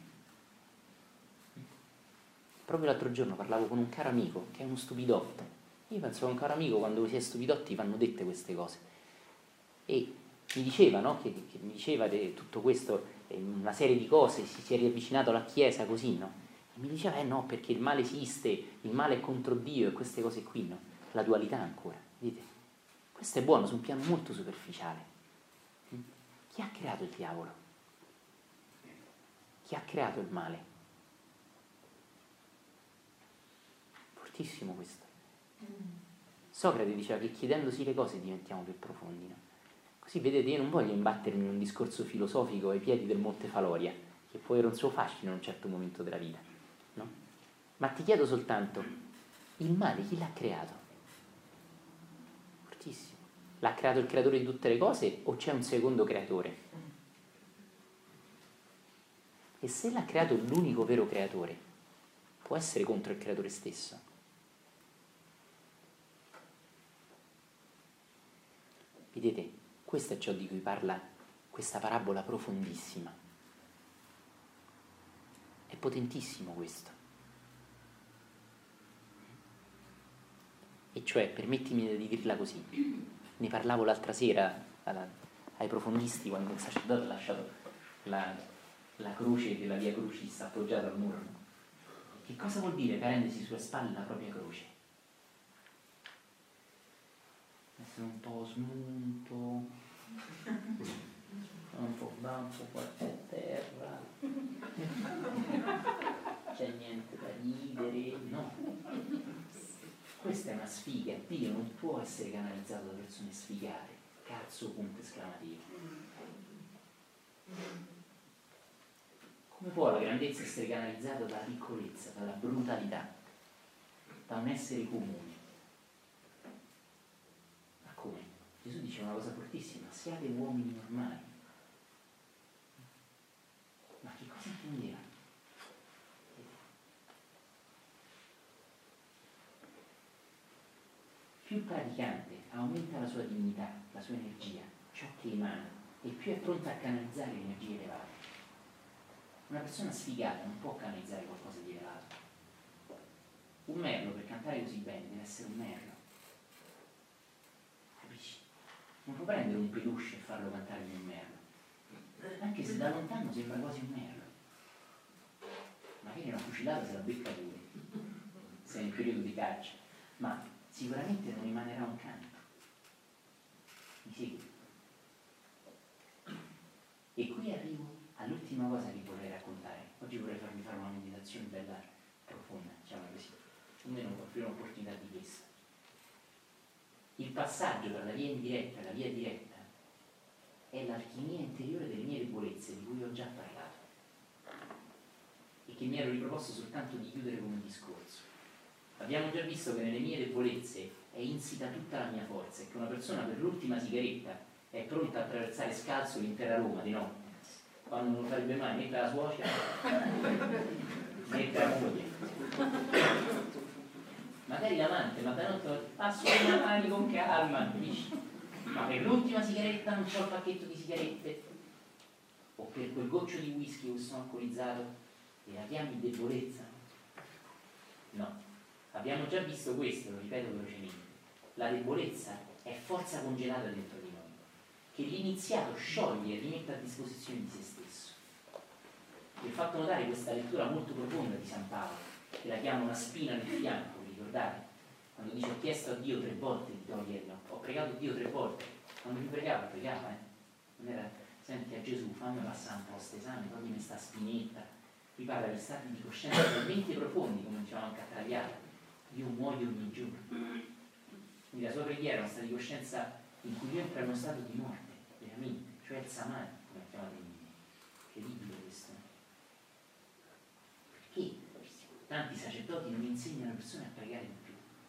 Proprio l'altro giorno parlavo con un caro amico che è uno stupidotto. Io penso che un caro amico, quando si è stupidotti, vanno dette queste cose. E mi diceva, no, che mi diceva di tutto questo, una serie di cose, si è riavvicinato alla Chiesa così, no? E mi diceva: no, perché il male esiste, il male è contro Dio e queste cose qui, no? La dualità ancora, vedete? Questo è buono su un piano molto superficiale. Chi ha creato il diavolo? Chi ha creato il male? Fortissimo questo. Socrate diceva che chiedendosi le cose diventiamo più profondi, no? Così, vedete, io non voglio imbattermi in un discorso filosofico ai piedi del Monte Faloria, che può avere un suo fascino in un certo momento della vita, no? Ma ti chiedo soltanto: il male chi l'ha creato? Fortissimo. L'ha creato il creatore di tutte le cose o c'è un secondo creatore? E se l'ha creato l'unico vero creatore, può essere contro il creatore stesso? Vedete, questo è ciò di cui parla questa parabola profondissima. È potentissimo questo. E cioè, permettimi di dirla così, ne parlavo l'altra sera ai profondisti quando il sacerdote ha lasciato la croce della Via Crucis appoggiata al muro. Che cosa vuol dire prendersi sulle spalle la propria croce? Essere un po' smunto, un po' banco, qualche terra, c'è niente da ridere, no. Questa è una sfiga. Dio non può essere canalizzato da persone sfigate. Cazzo, punto esclamativo. Come può la grandezza essere canalizzata dalla piccolezza, dalla brutalità, da un essere comune? Ma come? Gesù dice una cosa fortissima: siate uomini normali. Ma che cosa intendeva? Più il praticante aumenta la sua dignità, la sua energia, ciò che emana, e più è pronta a canalizzare energie elevate. Una persona sfigata non può canalizzare qualcosa di elevato. Un merlo, per cantare così bene, deve essere un merlo. Capisci? Non può prendere un peluche e farlo cantare come un merlo, anche se da lontano sembra quasi un merlo. Magari una fucilata se la becca pure, se è in periodo di caccia, ma sicuramente non emanerà un canto. Mi segui? E qui arrivo all'ultima cosa che vorrei raccontare. Oggi vorrei meditazione bella profonda, diciamo così. Almeno offrire un'opportunità di questo. Il passaggio tra la via indiretta e la via diretta è l'alchimia interiore delle mie debolezze, di cui ho già parlato e che mi ero riproposto soltanto di chiudere con un discorso. Abbiamo già visto che nelle mie debolezze è insita tutta la mia forza e che una persona per l'ultima sigaretta è pronta a attraversare scalzo l'intera Roma di notte, quando non lo farebbe mai né per la suocera né per la moglie, magari l'amante, ma da notte passo le mani con calma, capisci? Ma per l'ultima sigaretta non c'ho il pacchetto di sigarette, o per quel goccio di whisky che sono alcolizzato e la chiami debolezza? No, abbiamo già visto questo, lo ripeto velocemente. La debolezza è forza congelata dentro di noi, che l'iniziato scioglie e rimette a disposizione di se stesso. Vi ho fatto notare questa lettura molto profonda di San Paolo, che la chiama una spina nel fianco, vi ricordate? Quando dice ho chiesto a Dio 3 volte di toglierla, ho pregato Dio 3 volte, quando mi pregava, non era, senti a Gesù, fammi passare un po' questo esame, toglimi sta spinetta. Qui parla di stati di coscienza talmente profondi, come dicevamo anche a Traviata, io muoio ogni giorno. Quindi la sua preghiera è uno stato di coscienza in cui lui entra in uno stato di morte, veramente, cioè il samadhi, come chiamate in India. Incredibile questo. Perché tanti sacerdoti non insegnano alle persone a pregare di più?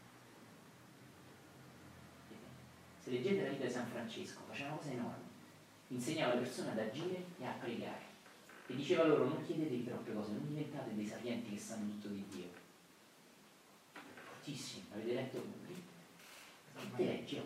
Se leggete la vita di San Francesco, faceva una cosa enorme, insegnava alle persone ad agire e a pregare. E diceva loro, non chiedetevi troppe cose, non diventate dei sapienti che sanno tutto di Dio. Fortissimo, avete letto? Che te leggi?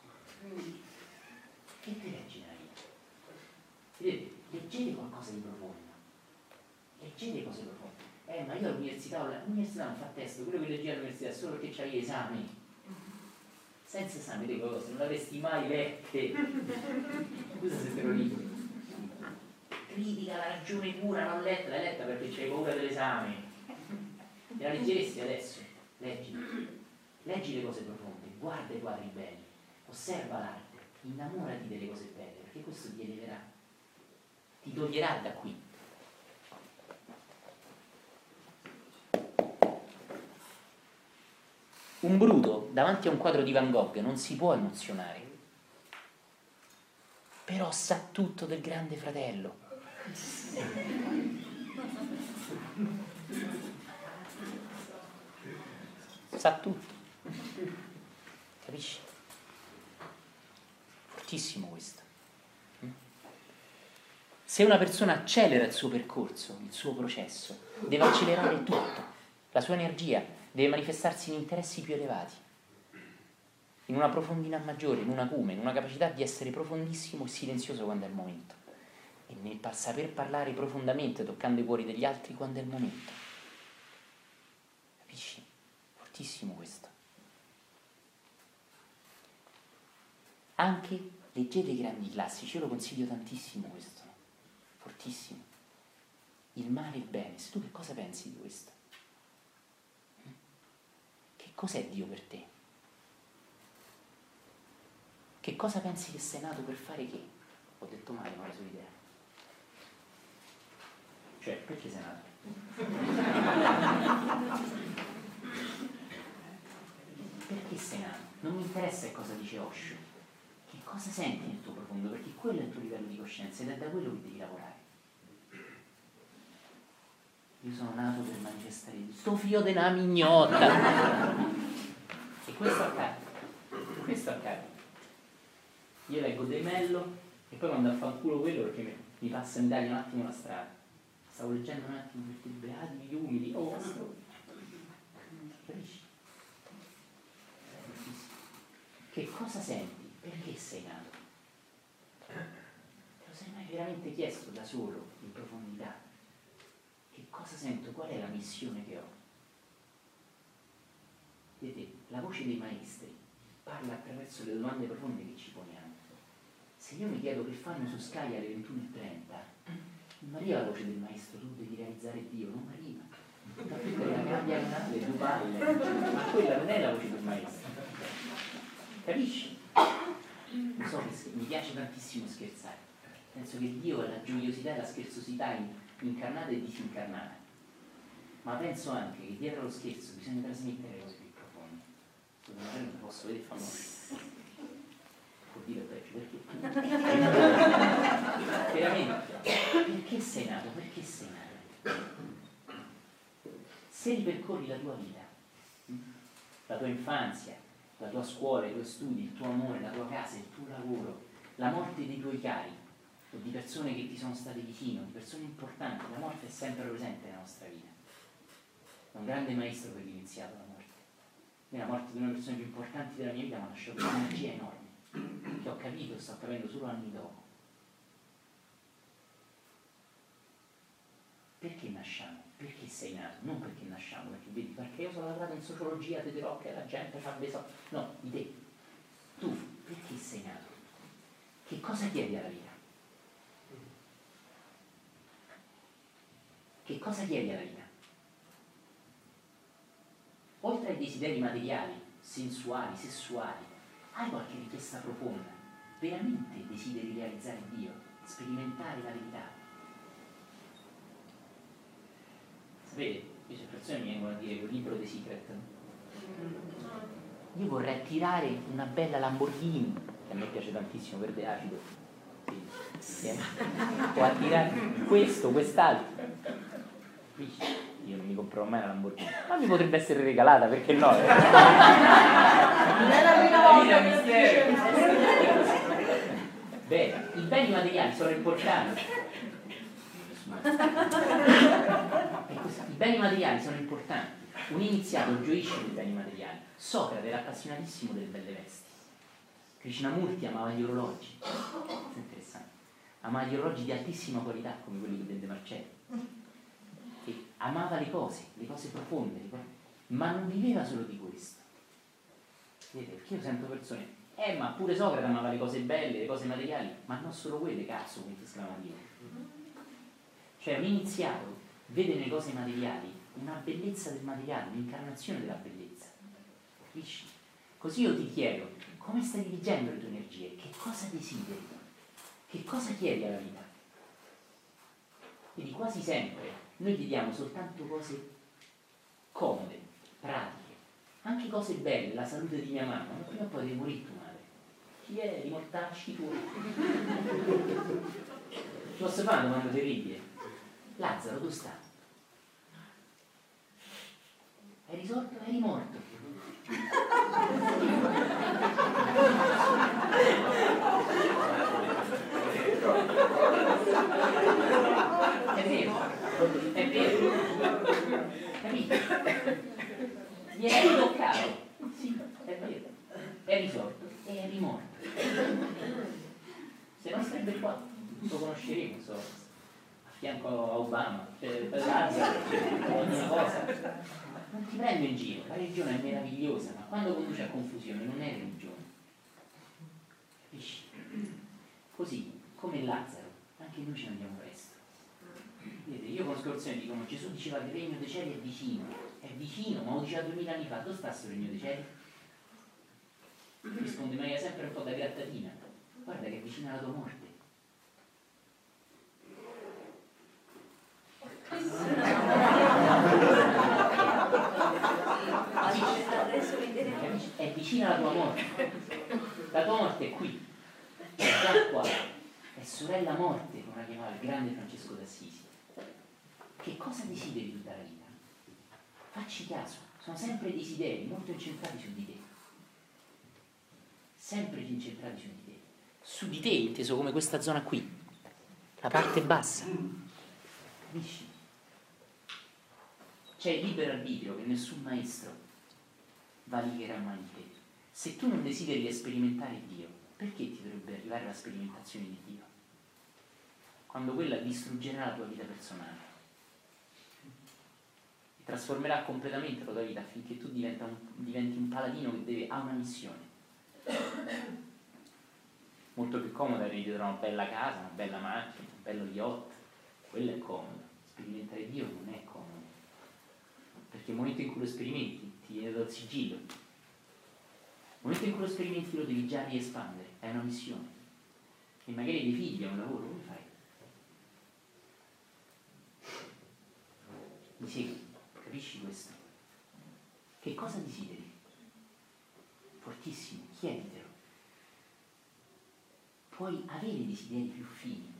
Che te leggi nella vita? Vedete, leggete qualcosa di profondo. Leggete cose profonde. Ma io all'università non fa testo, quello che leggevo all'università è solo perché c'avevi esami. Senza esami delle cose, non l'avresti mai lette. Scusa se te lo dico. Critica la ragione pura, non letta, l'hai letta perché c'hai paura dell'esame. Te la leggeresti adesso? Leggi le cose profonde, guarda i quadri belli, osserva l'arte, innamorati delle cose belle, perché questo ti eleverà, ti toglierà da qui. Un bruto davanti a un quadro di Van Gogh non si può emozionare, però sa tutto del Grande Fratello. Sa tutto, capisci? Fortissimo questo. Se una persona accelera il suo percorso, il suo processo, deve accelerare tutto, la sua energia deve manifestarsi in interessi più elevati, in una profondità maggiore, in un acume, in una capacità di essere profondissimo e silenzioso quando è il momento, e nel saper parlare profondamente, toccando i cuori degli altri quando è il momento. Capisci? Fortissimo questo. Anche leggete i grandi classici, io lo consiglio tantissimo questo, fortissimo. Il male e il bene, se tu che cosa pensi di questo? Che cos'è Dio per te? Che cosa pensi che sei nato per fare che? Ho detto male, ma la sua idea. Cioè, perché sei nato? Perché sei nato? Non mi interessa che cosa dice Osho. Che cosa senti nel tuo profondo? Perché quello è il tuo livello di coscienza ed è da quello che devi lavorare. Io sono nato per manifestare sto figlio di una mignotta. E questo accade. Questo accade. Io leggo De Mello e poi quando affanculo quello perché mi passa in Italia un attimo la strada. Stavo leggendo un attimo per i beati, gli umili. Oh, capisci? Che cosa senti? Perché sei nato? Te lo sei mai veramente chiesto da solo, in profondità? Che cosa sento? Qual è la missione che ho? Vedete, la voce dei maestri parla attraverso le domande profonde che ci poniamo. Se io mi chiedo che fanno su Sky alle 21:30, non arriva la voce del maestro, tu devi realizzare Dio, non arriva. La cambia le due palle, ma quella non è la voce del maestro. Capisci? Lo so che mi piace tantissimo scherzare. Penso che Dio è la gioiosità e la scherzosità incarnata e disincarnata. Ma penso anche che dietro lo scherzo bisogna trasmettere cose più profonde. Magari non posso vedere famoso. Può dire peggio, perché? Veramente, perché sei nato? Perché sei nato? Se ripercorri la tua vita, la tua infanzia, la tua scuola, i tuoi studi, il tuo amore, la tua casa, il tuo lavoro, la morte dei tuoi cari, o di persone che ti sono state vicino, di persone importanti, la morte è sempre presente nella nostra vita. È un grande maestro per l'iniziato la morte. La morte di una delle persone più importanti della mia vita mi ha lasciato un'energia enorme, che ho capito e sto capendo solo anni dopo. Perché nasciamo? Perché sei nato? Non perché nasciamo, perché vedi, perché io sono lavorato in sociologia, te dirò che la gente fa bisogno. No, di te. Tu, perché sei nato? Che cosa chiedi alla vita? Che cosa chiedi alla vita? Oltre ai desideri materiali, sensuali, sessuali, hai qualche richiesta profonda? Veramente desideri realizzare Dio? Sperimentare la verità? Sapete, queste persone mi vengono a dire quel libro The Secret. Io vorrei attirare una bella Lamborghini, che a me piace tantissimo, verde acido. Sì. O attirare questo, quest'altro. Io non mi comprerò mai una Lamborghini, ma mi potrebbe essere regalata, perché no? Non è la prima volta che dice. Bene, i beni materiali sono importanti. I beni materiali sono importanti. Un iniziato gioisce dei beni materiali. Socrate era appassionatissimo delle belle vesti. Krishnamurti amava gli orologi. Questo è interessante. Amava gli orologi di altissima qualità, come quelli che vende Marcello. E amava le cose profonde, ma non viveva solo di questo. Vedete, perché io sento persone, ma pure Socrate amava le cose belle, le cose materiali, ma non solo quelle, cazzo, come ti esclamava Dio. Cioè un iniziato vede nelle cose materiali una bellezza del materiale, un'incarnazione della bellezza. Capisci? Così io ti chiedo, come stai dirigendo le tue energie? Che cosa desideri? Che cosa chiedi alla vita? Quindi quasi sempre noi chiediamo soltanto cose comode, pratiche, anche cose belle, la salute di mia mamma, ma prima o poi devi morire tua madre. Chi è? Di mortacci tu? Ti posso fare una domanda terribile? Lazzaro, dove sta? È risorto o eri morto? È vero, capito? Gli è ritoccato, sì, è vero, è risorto e è rimorto. Se non sarebbe qua, lo conosceremo, a fianco a Obama, Lazzaro, ogni cosa. Non ti prendo in giro, la religione è meravigliosa, ma quando conduce a confusione non è religione. Capisci? Così, come Lazzaro, anche noi ci andiamo presto. Vedete, io conosco persone che dicono Gesù diceva che il regno dei cieli è vicino, ma lo diceva 2000 anni fa, dove sta questo regno dei cieli? Risponde in maniera sempre un po' da grattatina, guarda che è vicino alla tua morte. È vicina alla tua morte. La tua morte è qui, è già qua, è sorella morte, come la chiamava il grande Francesco d'Assisi. Che cosa desideri tutta la vita? Facci caso, sono sempre desideri molto incentrati su di te. Sempre incentrati su di te. Su di te, inteso come questa zona qui, la parte bassa. Capisci? C'è il libero arbitrio che nessun maestro valigherà mai in te. Se tu non desideri sperimentare Dio, perché ti dovrebbe arrivare la sperimentazione di Dio? Quando quella distruggerà la tua vita personale, trasformerà completamente la tua vita affinché tu diventi un paladino che ha una missione. Molto più comodo arrivi dietro una bella casa, una bella macchina, un bello yacht, quello è comodo. Sperimentare Dio non è comodo, perché nel momento in cui lo sperimenti ti viene dal sigillo, nel momento in cui lo sperimenti lo devi già riespandere, è una missione. E magari dei figli, è un lavoro, come fai? Mi segui? Capisci questo? Che cosa desideri? Fortissimo, chieditelo. Puoi avere desideri più fini,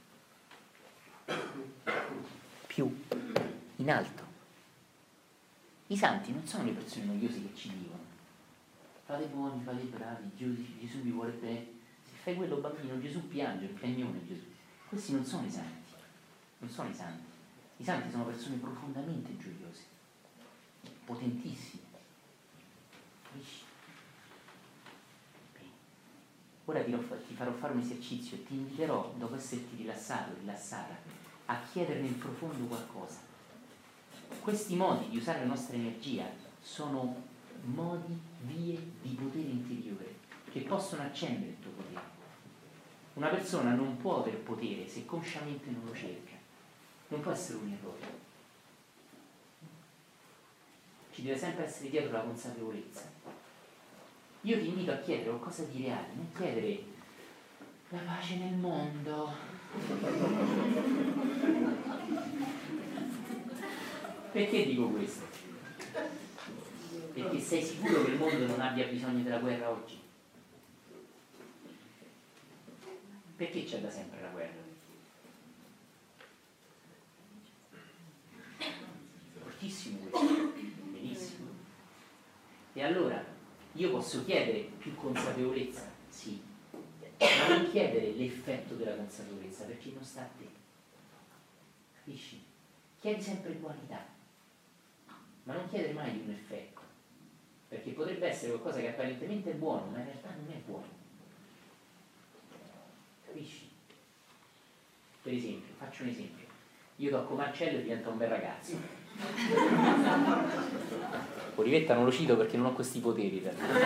più in alto. I santi non sono le persone noiose che ci dicono fate buoni, fate bravi, Gesù vi vuole bene. Se fai quello bambino, Gesù piange, il piagnone Gesù. Questi non sono i santi, non sono i santi. I santi sono persone profondamente gioiose, potentissime. Capisci? Bene. Ora ti farò fare un esercizio, ti inviterò, dopo esserti rilassato, rilassata, a chiedere nel profondo qualcosa. Questi modi di usare la nostra energia sono modi, vie di potere interiore che possono accendere il tuo potere. Una persona non può aver potere se consciamente non lo cerca, non può essere un errore. Ci deve sempre essere dietro la consapevolezza. Io ti invito a chiedere qualcosa di reale, non chiedere la pace nel mondo. Perché dico questo? Perché sei sicuro che il mondo non abbia bisogno della guerra oggi? Perché c'è da sempre la guerra? Fortissimo questo, benissimo. E allora io posso chiedere più consapevolezza? Sì, ma non chiedere l'effetto della consapevolezza perché non sta a te. Capisci? Chiedi sempre qualità, ma non chiedere mai un effetto, perché potrebbe essere qualcosa che apparentemente è buono, ma in realtà non è buono. Capisci? Per esempio, faccio un esempio. Io tocco Marcello e diventa un bel ragazzo. Olivetta non lo cito perché non ho questi poteri.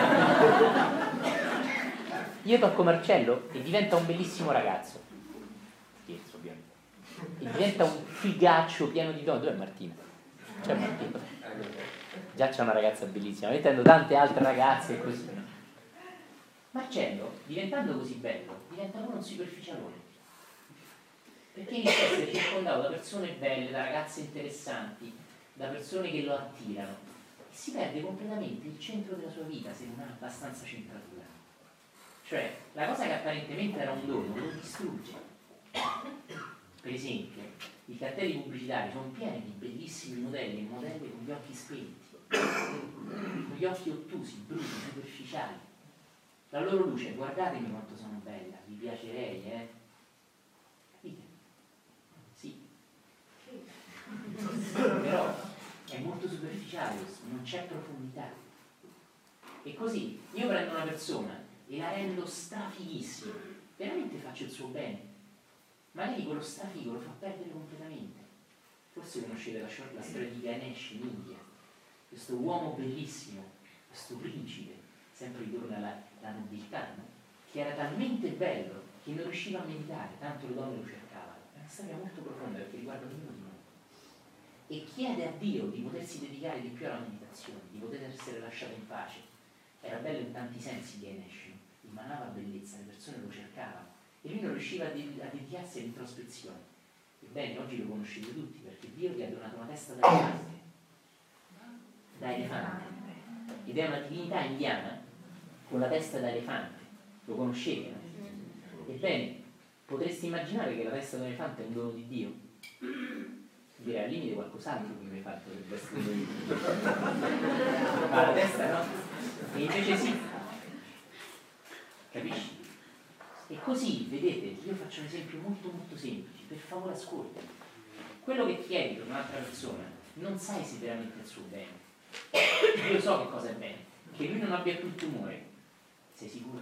Io tocco Marcello e diventa un bellissimo ragazzo. Scherzo, ovviamente. E diventa un figaccio pieno di donne. Dov'è Martina? C'è Martina. Già c'è una ragazza bellissima, mettendo tante altre ragazze e così. Marcello, diventando così bello, diventa pure un superficialone. Perché inizia a essere circondato da persone belle, da ragazze interessanti, da persone che lo attirano. E si perde completamente il centro della sua vita se non ha abbastanza centratura. Cioè, la cosa che apparentemente era un dono lo distrugge. Per esempio, i cartelli pubblicitari sono pieni di bellissimi modelli e modelle con gli occhi spenti, con gli occhi ottusi, brutti, superficiali. La loro luce, guardatemi quanto sono bella, vi piacerei, Capite? Sì. Però è molto superficiale questo, non c'è profondità. E così io prendo una persona e la rendo strafighissima, veramente faccio il suo bene, ma lei quello strafigo lo fa perdere completamente. Forse conoscete la storia di Ganesh in India, questo uomo bellissimo, questo principe, sempre ritorna alla nobiltà, no? Che era talmente bello che non riusciva a meditare, tanto le donne lo cercavano. È una storia molto profonda perché riguarda ognuno di noi. E chiede a Dio di potersi dedicare di più alla meditazione, di poter essere lasciato in pace. Era bello in tanti sensi Ganesh, emanava bellezza, le persone lo cercavano e lui non riusciva a dedicarsi all'introspezione. Ebbene, oggi lo conoscete tutti perché Dio gli ha donato una testa da elefante, ed è una divinità indiana con la testa da elefante. Lo conoscete, no? Ebbene, potresti immaginare che la testa da elefante è un dono di Dio? Direi al limite qualcos'altro che mi hai fatto per essere dono di Dio. Ma la testa no? E invece sì. Capisci? E così, vedete, io faccio un esempio molto molto semplice, per favore ascolta. Quello che chiedi per un'altra persona, non sai se veramente è il suo bene. Io so che cosa è bene, che lui non abbia più il tumore. Sei sicuro?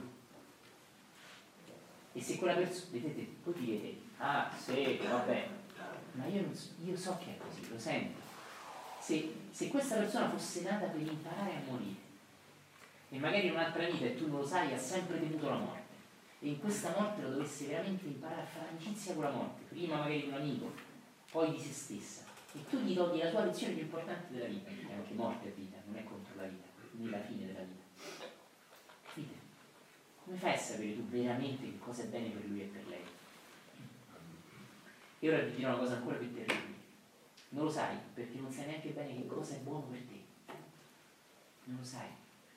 E se quella persona, vedete, voi direte, ah sì, va bene, ma io so che è così, lo sento. Se questa persona fosse nata per imparare a morire, e magari in un'altra vita, e tu non lo sai, ha sempre temuto la morte, e in questa morte lo dovesse veramente imparare a fare amicizia con la morte, prima magari di un amico, poi di se stessa, e tu gli togli la sua lezione più importante della vita, perché anche morte è vita, non è contro la vita, quindi la fine della vita. Capite? Come fai a sapere tu veramente che cosa è bene per lui e per lei? E ora vi dirò una cosa ancora più terribile. Non lo sai, perché non sai neanche bene che cosa è buono per te. Non lo sai.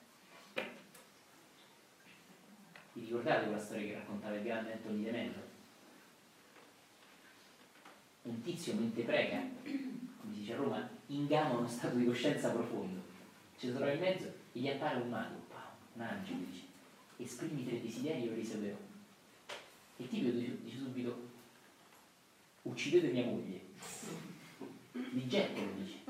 Vi ricordate quella storia che raccontava il grande Anthony de Mello? Un tizio mentre prega, come si dice a Roma, ingama uno stato di coscienza profondo. Ci si trova in mezzo e gli appare un mago, un angelo, dice: esprimi 3 desideri e io li eseguirò. E il tipo dice subito: uccidete mia moglie. Di getto lo dice.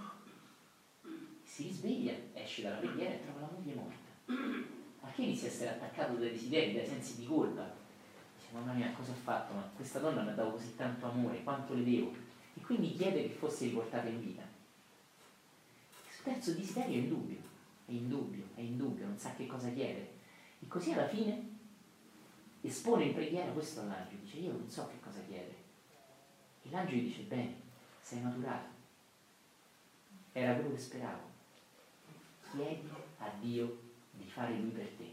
Si risveglia, esce dalla preghiera e trova la moglie morta. Ma che inizia a essere attaccato dai desideri, dai sensi di colpa. Dice: mamma mia, cosa ho fatto? Ma questa donna mi ha dato così tanto amore, quanto le devo? E quindi chiede che fosse riportata in vita. Il suo terzo desiderio è in dubbio, è in dubbio, è in dubbio, non sa che cosa chiedere. E così alla fine espone in preghiera questo all'angelo, dice: io non so che cosa chiedere. E l'angelo gli dice: bene, sei maturato, era quello che speravo, chiedi a Dio di fare lui per te.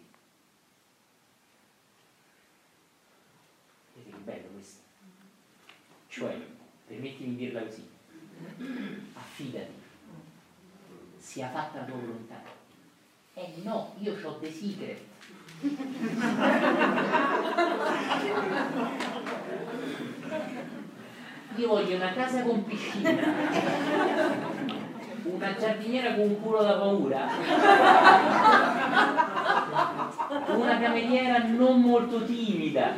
Vedete che bello questo? Cioè, permettimi di dirla così: affidati, sia fatta la tua volontà. No, io ho dei secret. Io voglio una casa con piscina, una giardiniera con un culo da paura, una cameriera non molto timida.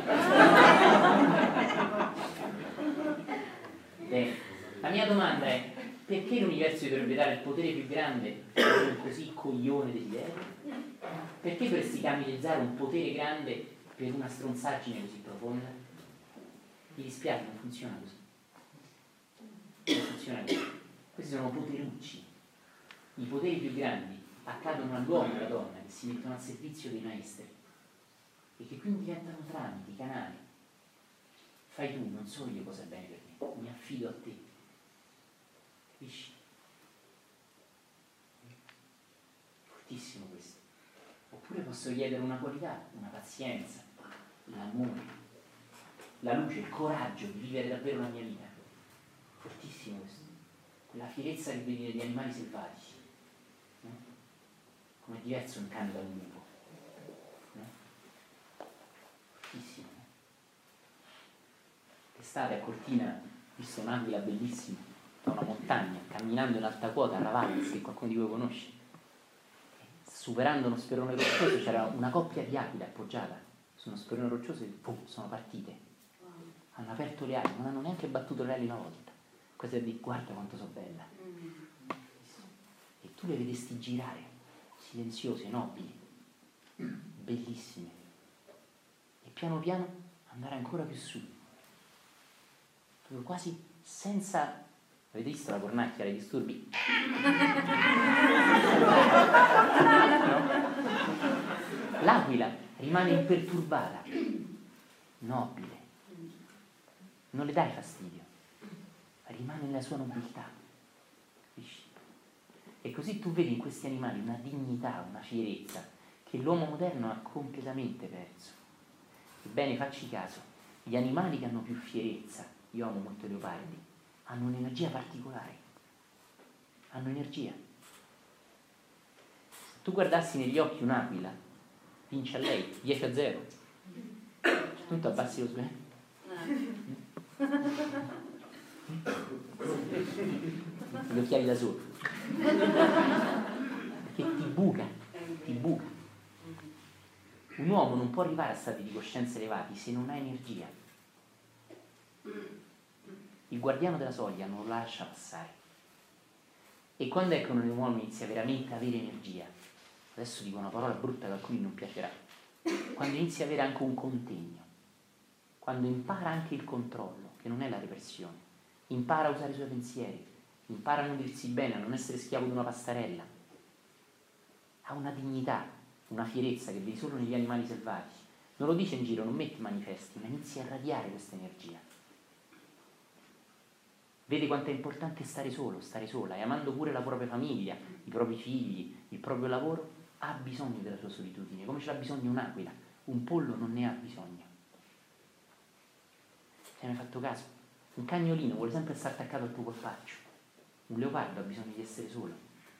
La mia domanda è: perché l'universo dovrebbe dare il potere più grande a un così coglione desiderio? Perché dovresti camminare un potere grande per una stronzaggine così profonda? Mi dispiace, non funziona così. Non funziona così. Questi sono poterucci. I poteri più grandi accadono all'uomo e alla donna che si mettono al servizio dei maestri e che quindi diventano tramiti, canali. Fai tu, non so io cosa è bene per me, mi affido a te. Capisci? Fortissimo questo. Oppure posso chiedere una qualità, una pazienza, l'amore, la luce, il coraggio di vivere davvero la mia vita. Fortissimo questo. La fierezza che vedi negli animali selvatici. No? Come è diverso un cane da un lupo. No? Fortissimo. No? L'estate a Cortina ho visto un'aquila bellissima da una montagna, camminando in alta quota a Ravalles, che qualcuno di voi conosce. Superando uno sperone roccioso c'era una coppia di aquile appoggiata su uno sperone roccioso e pum, sono partite. Hanno aperto le ali, non hanno neanche battuto le ali una volta. Questa è di guarda quanto so bella. E tu le vedesti girare, silenziose, nobili, bellissime. E piano piano andare ancora più su. Proprio quasi senza... Avete visto la cornacchia, dei disturbi? No? L'aquila rimane imperturbata, nobile, non le dai fastidio, rimane nella sua nobiltà. Capisci? E così tu vedi in questi animali una dignità, una fierezza che l'uomo moderno ha completamente perso. Ebbene, facci caso, gli animali che hanno più fierezza, io amo molto i leopardi, hanno un'energia particolare, hanno energia. Se tu guardassi negli occhi un'aquila, vince a lei 10-0. Tu abbassi lo sguardo. Gli occhiali da solo. Perché ti buca, ti buca. Un uomo non può arrivare a stati di coscienza elevati se non ha energia. Il guardiano della soglia non lo lascia passare. E quando è che un uomo inizia veramente a avere energia? Adesso dico una parola brutta che a alcuni non piacerà. Quando inizia a avere anche un contegno, quando impara anche il controllo, che non è la repressione, impara a usare i suoi pensieri, impara a nutrirsi bene, a non essere schiavo di una pastarella, ha una dignità, una fierezza che vedi solo negli animali selvatici. Non lo dice in giro, non mette manifesti, ma inizia a radiare questa energia. Vede quanto è importante stare solo, stare sola, e amando pure la propria famiglia, i propri figli, il proprio lavoro, ha bisogno della sua solitudine, come ce l'ha bisogno un'aquila. Un pollo non ne ha bisogno. Ti hai mai fatto caso? Un cagnolino vuole sempre stare attaccato al tuo colpaccio. Un leopardo ha bisogno di essere solo.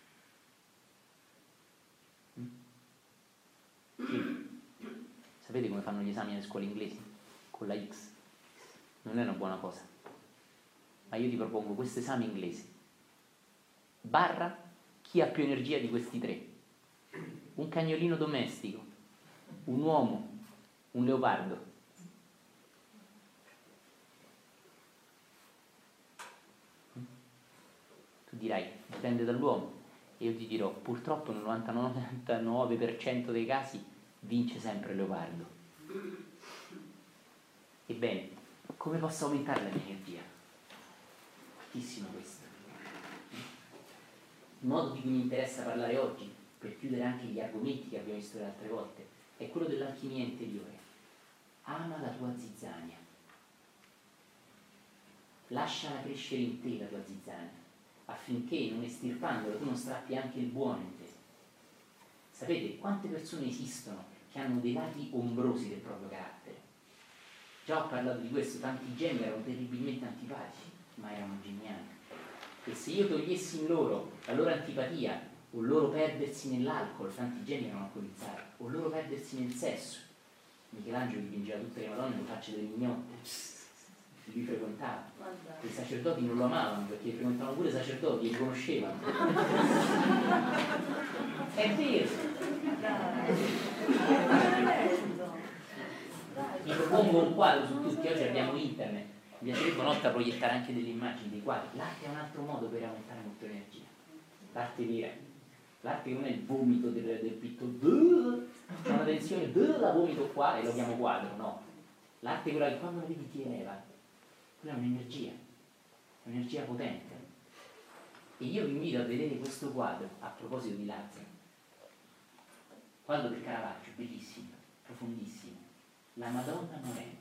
Sì. Sapete come fanno gli esami nelle scuole inglesi? Con la X. Non è una buona cosa. Ma io ti propongo questo esame inglese. Barra chi ha più energia di questi tre. Un cagnolino domestico, un uomo, un leopardo. Tu dirai, dipende dall'uomo. E io ti dirò, purtroppo nel 99% dei casi vince sempre il leopardo. Ebbene, come posso aumentare la mia energia? Fortissimo questo. Il modo di cui mi interessa parlare oggi, per chiudere anche gli argomenti che abbiamo visto le altre volte, è quello dell'alchimia interiore. Ama la tua zizzania. Lasciala crescere in te la tua zizzania, affinché non estirpandola tu non strappi anche il buono in te. Sapete quante persone esistono che hanno dei lati ombrosi del proprio carattere? Già ho parlato di questo, tanti geni erano terribilmente antipatici, ma erano geniali. E se io togliessi in loro la loro antipatia, o loro perdersi nell'alcol, tanti geni erano alcolizzati, o loro perdersi nel sesso. Michelangelo dipingeva tutte le madonne con facce delle mignotte, lui frequentava. I sacerdoti non lo amavano perché frequentavano pure i sacerdoti e li conoscevano. È vero. Mi propongo un quadro su tutti, oggi abbiamo internet. Mi piacerebbe una volta proiettare anche delle immagini dei quadri. L'arte è un altro modo per aumentare molto l'energia. L'arte vera. L'arte non è il vomito del pittore. C'è una tensione, la vomito qua e lo chiamo quadro, no. L'arte è quella che quando la vedi ti eleva. Quella è un'energia potente. E io vi invito a vedere questo quadro, a proposito di Lazzaro. Quadro del Caravaggio, bellissimo, profondissimo. La Madonna morente.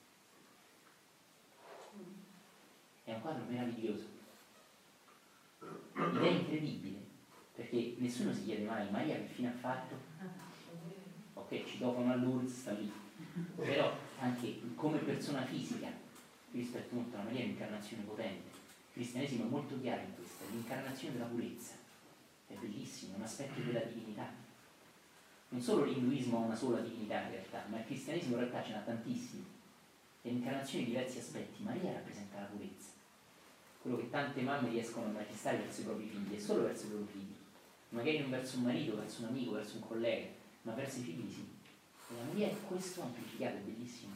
È un quadro meraviglioso. Ed è incredibile, perché nessuno si chiede mai, Maria che fine ha fatto? Ok, citofano a Lourdes, sta lì. Però anche come persona fisica, rispetto molto alla Maria è un'incarnazione potente. Il cristianesimo è molto chiaro in questo, è l'incarnazione della purezza. È bellissimo, è un aspetto della divinità. Non solo l'induismo ha una sola divinità in realtà, ma il cristianesimo in realtà ce n'ha tantissimi. È l'incarnazione di diversi aspetti. Maria rappresenta la purezza. Quello che tante mamme riescono a manifestare verso i propri figli, è solo verso i loro figli. Magari non verso un marito, verso un amico, verso un collega, ma verso i figli sì. E la Maria è questo amplificato, è bellissimo.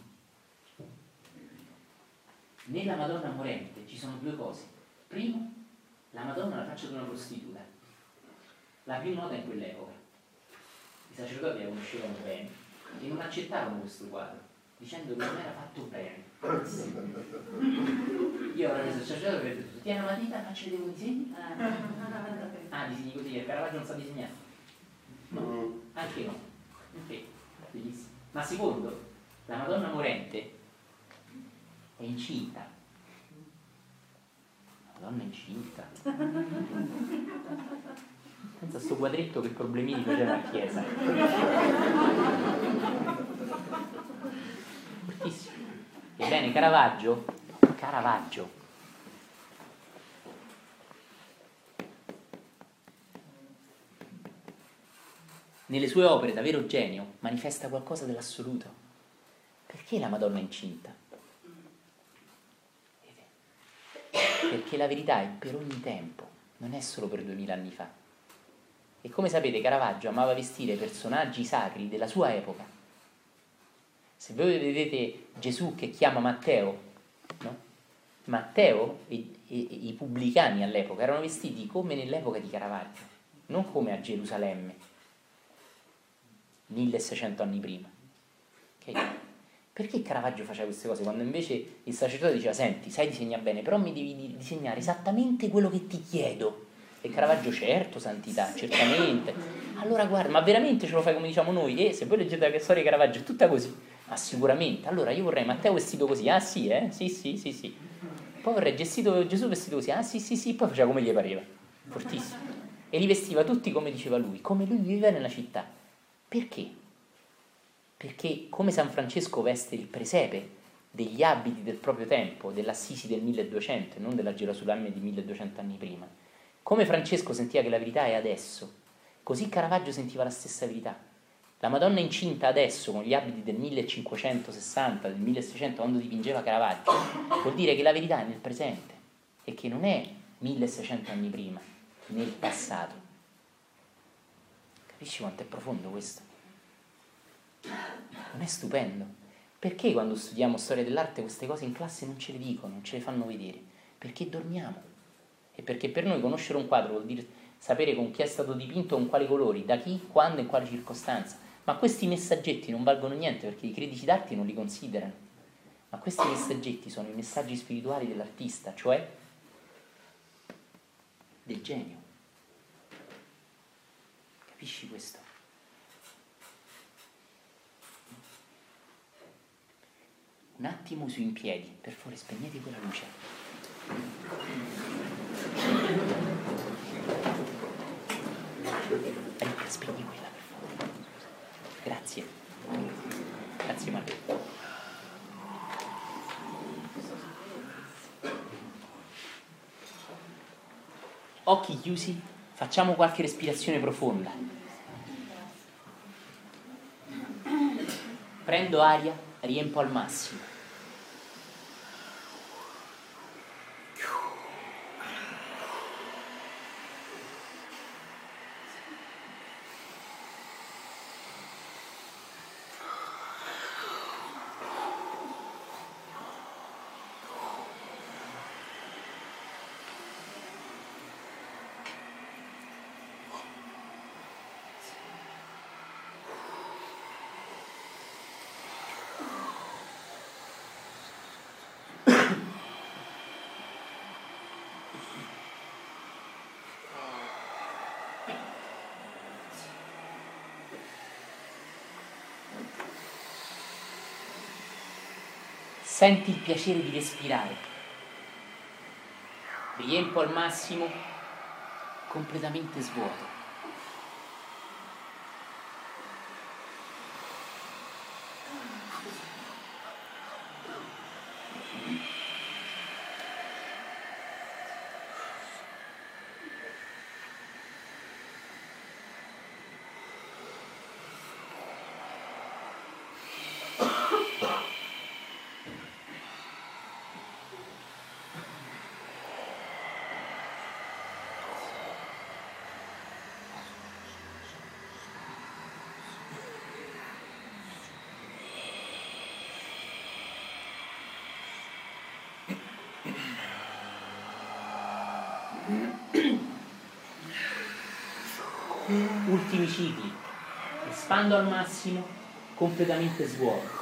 Nella Madonna morente ci sono due cose. Primo, la Madonna la faccia di una prostituta. La più nota in quell'epoca. I sacerdoti la conoscevano bene e non accettavano questo quadro, dicendo che non era fatto bene. Io avrei preso il sacerdote e avrei detto, tieni una matita, faccio dei disegni? Ah, disegni così, il Caravaggio non sa disegnare. No, anche no. Ok, bellissimo. Ma secondo, la Madonna morente è incinta. La Madonna è incinta. Pensa a sto quadretto che problemini faceva la chiesa. Fortissimo. Ebbene, Caravaggio nelle sue opere da vero genio manifesta qualcosa dell'assoluto. Perché la Madonna è incinta? Perché la verità è per ogni tempo, non è solo per 2000 anni fa. E come sapete Caravaggio amava vestire personaggi sacri della sua epoca. Se voi vedete Gesù che chiama Matteo, no? Matteo e i pubblicani all'epoca erano vestiti come nell'epoca di Caravaggio, non come a Gerusalemme, 1600 anni prima. Okay? Perché Caravaggio faceva queste cose quando invece il sacerdote diceva senti, sai disegnare bene, però mi devi disegnare esattamente quello che ti chiedo. E Caravaggio, certo, santità, certamente. Allora guarda, ma veramente ce lo fai come diciamo noi? E se voi leggete la storia di Caravaggio è tutta così. Ma sicuramente. Allora io vorrei Matteo vestito così. Ah sì, Sì. Poi vorrei Gesù vestito così. Ah sì. Poi faceva come gli pareva. Fortissimo. E li vestiva tutti come diceva lui, come lui viveva nella città. Perché? Perché come San Francesco veste il presepe degli abiti del proprio tempo, dell'Assisi del 1200, non della Gerusalemme di 1200 anni prima, Come Francesco sentiva che la verità è adesso, così Caravaggio sentiva la stessa verità. La Madonna incinta adesso, con gli abiti del 1560, del 1600, quando dipingeva Caravaggio, vuol dire che la verità è nel presente e che non è 1600 anni prima, nel passato. Capisci quanto è profondo questo? Non è stupendo? Perché quando studiamo storia dell'arte queste cose in classe non ce le dicono, non ce le fanno vedere? Perché dormiamo. E perché per noi conoscere un quadro vuol dire sapere con chi è stato dipinto, con quali colori, da chi, quando e in quale circostanza. Ma questi messaggetti non valgono niente perché i critici d'arte non li considerano. Ma questi messaggetti sono i messaggi spirituali dell'artista, cioè del genio. Capisci questo? Un attimo su in piedi, per favore spegnete quella luce. Ricca, spegni quella per favore. Grazie. Grazie Mario. Occhi chiusi, facciamo qualche respirazione profonda. Prendo aria, riempo al massimo. Senti il piacere di respirare. Riempo al massimo, completamente svuoto. Ultimi cicli. Espando al massimo, completamente svuoto.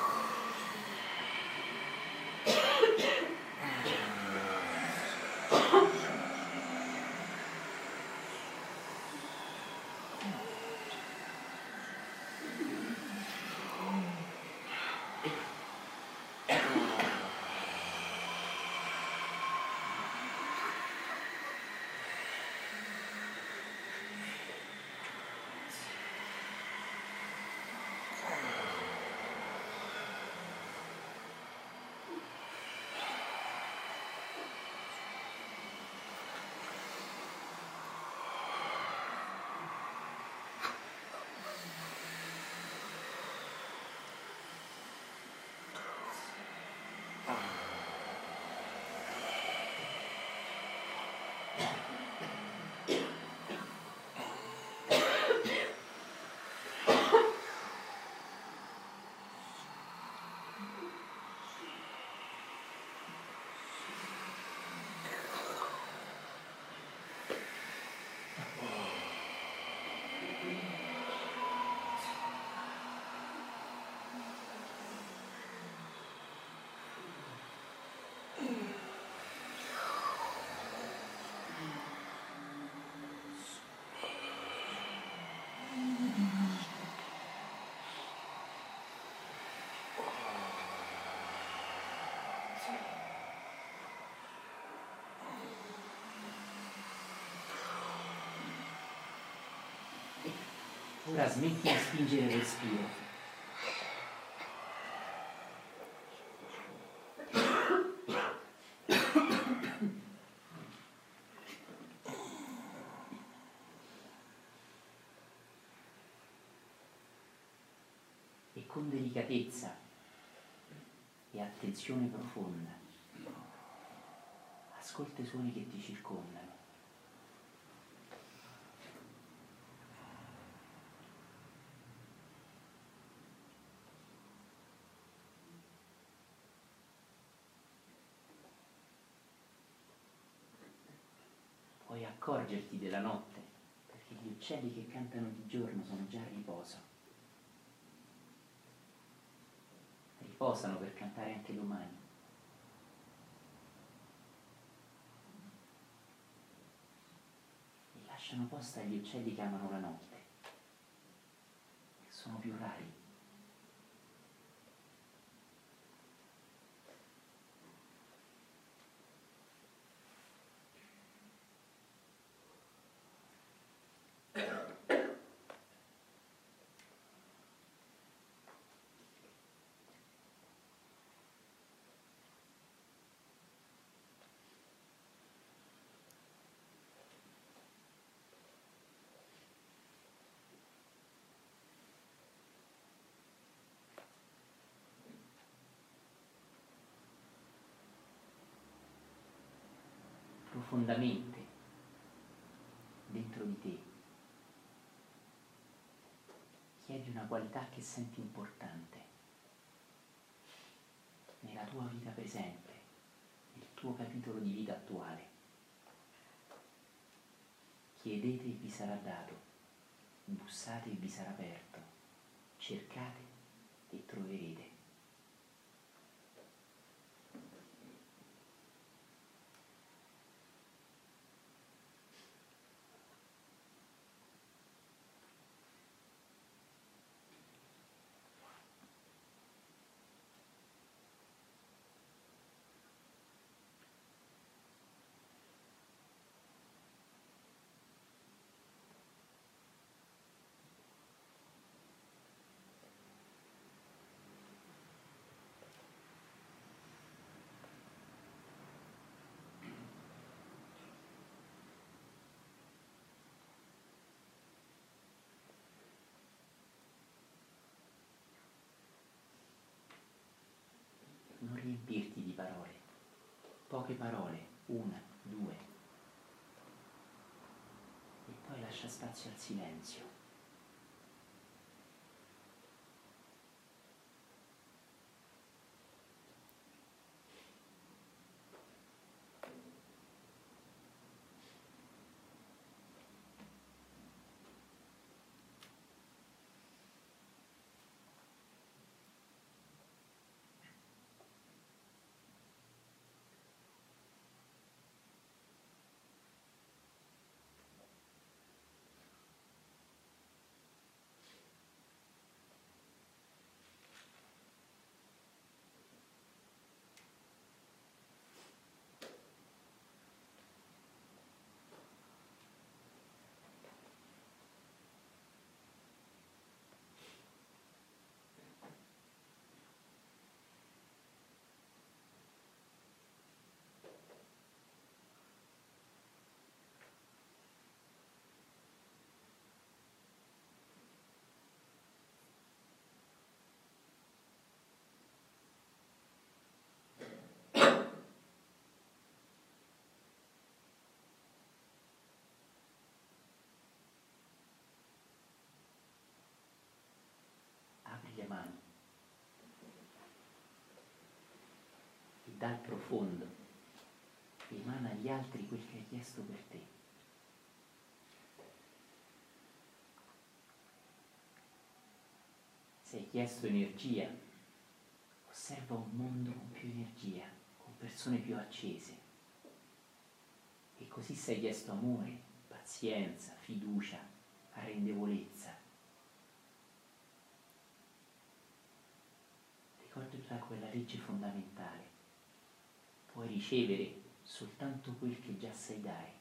Ora smetti di spingere il respiro. con delicatezza e attenzione profonda ascolta i suoni che ti circondano. Puoi accorgerti della notte, perché gli uccelli che cantano di giorno sono già a riposo. Riposano per cantare anche domani. E lasciano posto agli uccelli che amano la notte, che sono più rari. Profondamente dentro di te chiedi una qualità che senti importante nella tua vita presente, nel tuo capitolo di vita attuale. Chiedete e vi sarà dato, bussate e vi sarà aperto, cercate e troverete. Non riempirti di parole, poche parole, una, due, e poi lascia spazio al silenzio. Apri le mani e dal profondo emana agli altri quel che hai chiesto per te. Se hai chiesto energia, osserva un mondo con più energia, con persone più accese. E così se hai chiesto amore, pazienza, fiducia, arrendevolezza, ricordati quella legge fondamentale. Puoi ricevere soltanto quel che già sai dare.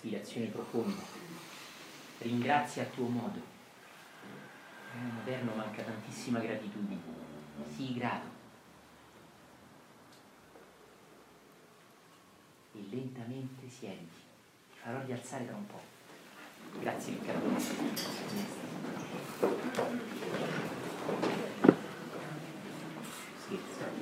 respirazione profonda. Ringrazia a tuo modo. Nel moderno manca tantissima gratitudine. Sii grato. E lentamente siediti. Ti farò rialzare tra un po'. Grazie Riccardo. Scherzo.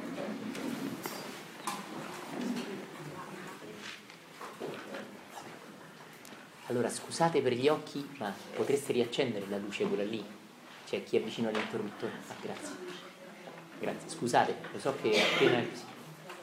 Allora scusate per gli occhi, ma potreste riaccendere la luce quella lì? C'è chi è vicino all'interruttore. Ah, grazie. Grazie, scusate, lo so che appena è così.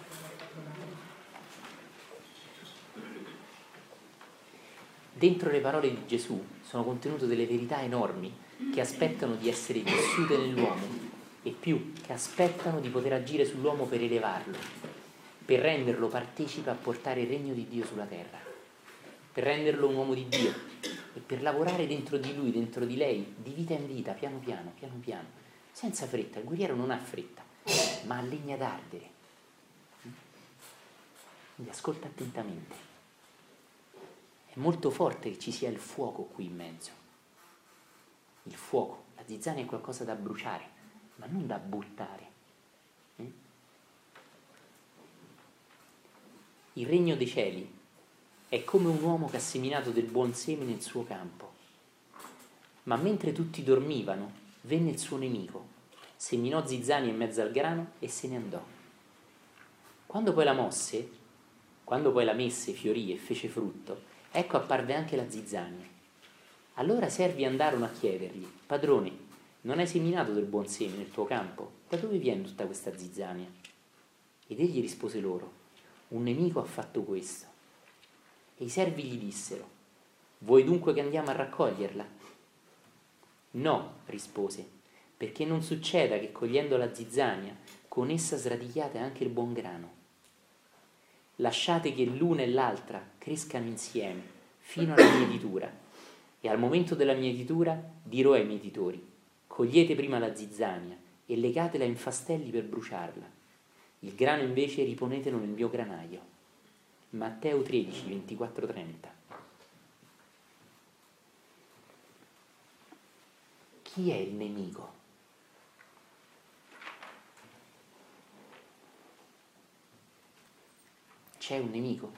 Dentro le parole di Gesù sono contenute delle verità enormi che aspettano di essere vissute nell'uomo e più, che aspettano di poter agire sull'uomo per elevarlo, per renderlo partecipe a portare il regno di Dio sulla terra, per renderlo un uomo di Dio e per lavorare dentro di lui, dentro di lei, di vita in vita, piano piano, senza fretta. Il guerriero non ha fretta, ma ha legna d'ardere. Quindi ascolta attentamente. È molto forte che ci sia il fuoco qui in mezzo. Il fuoco, la zizzania è qualcosa da bruciare, ma non da buttare. Il regno dei cieli è come un uomo che ha seminato del buon seme nel suo campo. Ma mentre tutti dormivano, venne il suo nemico, seminò zizzania in mezzo al grano e se ne andò. Quando poi la messe, fiorì e fece frutto, ecco apparve anche la zizzania. Allora i servi andarono a chiedergli: padrone, non hai seminato del buon seme nel tuo campo? Da dove viene tutta questa zizzania? Ed egli rispose loro: un nemico ha fatto questo. E i servi gli dissero: vuoi dunque che andiamo a raccoglierla? No, rispose, perché non succeda che cogliendo la zizzania con essa sradichiate anche il buon grano. Lasciate che l'una e l'altra crescano insieme fino alla mietitura, e al momento della mietitura dirò ai mietitori: cogliete prima la zizzania e legatela in fastelli per bruciarla, il grano invece riponetelo nel mio granaio. Matteo 13, 24-30. Chi è il nemico? C'è un nemico?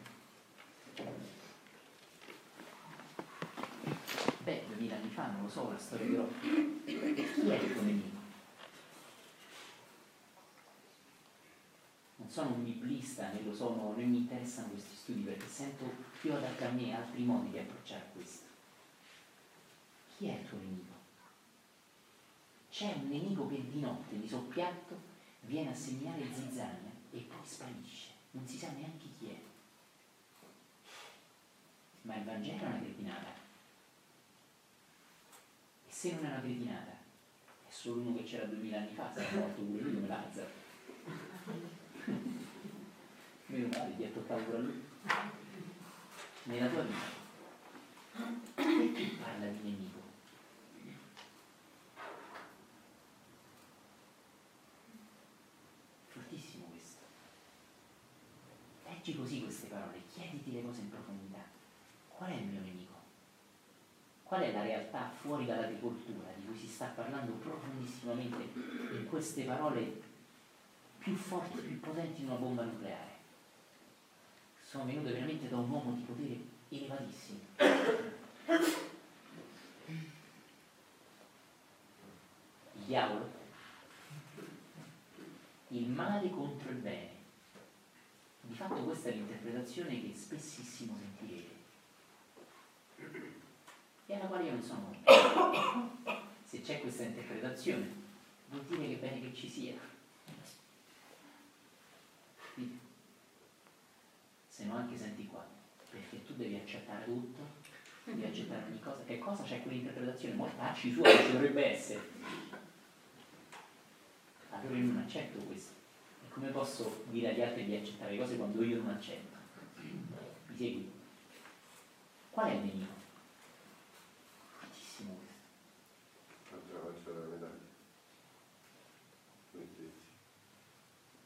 Beh, 2000 anni fa non lo so la storia però. Chi è il tuo nemico? Non sono un biblista, né lo sono, né mi interessano questi studi, perché sento più adatto a me altri modi di approcciare questo. Chi è il tuo nemico? C'è un nemico che di notte, di soppiatto, viene a seminare zizzania e poi sparisce, non si sa neanche chi è. Ma il Vangelo è una cretinata. E se non è una cretinata, è solo uno che c'era 2000 anni fa, sarà morto pure lui come Lazzaro. Meno male, ti ha toccato pure a lui. Nella tua vita, perché parla di nemico? Fortissimo questo. Leggi così queste parole, chiediti le cose in profondità. Qual è il mio nemico? Qual è la realtà fuori dall'agricoltura di cui si sta parlando profondissimamente in queste parole più forti, più potenti di una bomba nucleare? Sono venute veramente da un uomo di potere elevatissimo. Il diavolo, il male contro il bene. Di fatto questa è l'interpretazione che spessissimo sentirete e alla quale io non sono convinto. Se c'è questa interpretazione vuol dire che è bene che ci sia. Se no anche senti qua, perché tu devi accettare tutto, devi accettare ogni cosa. Che cosa c'è quell'interpretazione? Mortacci suoi ci dovrebbe essere. Allora io non accetto questo. E come posso dire agli altri di accettare le cose quando io non accetto? Mi segui? Qual è il nemico? Fortissimo questo. Altra faccia della medaglia.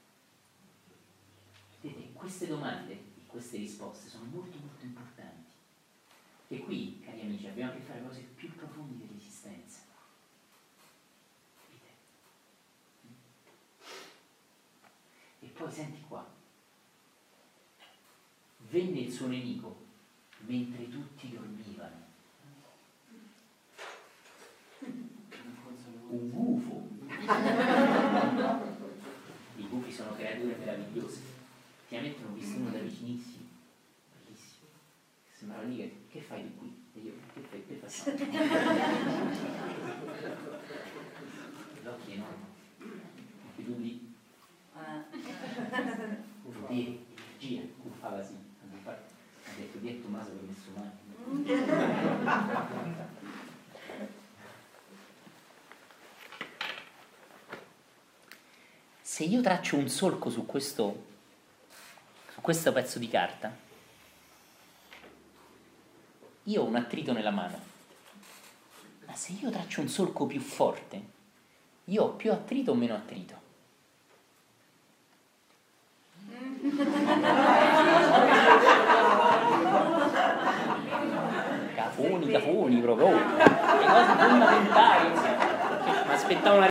Vedete, queste domande e queste risposte sono molto molto importanti. abbiamo a che fare con cose più profonde dell'esistenza. Capite? E poi senti qua, venne il suo nemico mentre tutti dormivano. Un gufo. I gufi sono creature meravigliose. Ultimamente ne ho visto uno da vicinissimo, bellissimo. Sembrava lì che fai di qui? E io, che fai? L'occhio enorme. E tu lì. Di energia, guffava sì. Ha detto di Tommaso che ho messo male. Se io traccio un solco su questo pezzo di carta, io ho un attrito nella mano, ma se io traccio un solco più forte, io ho più attrito o meno attrito? Cafoni proprio, le cose fondamentali, ma aspettavo una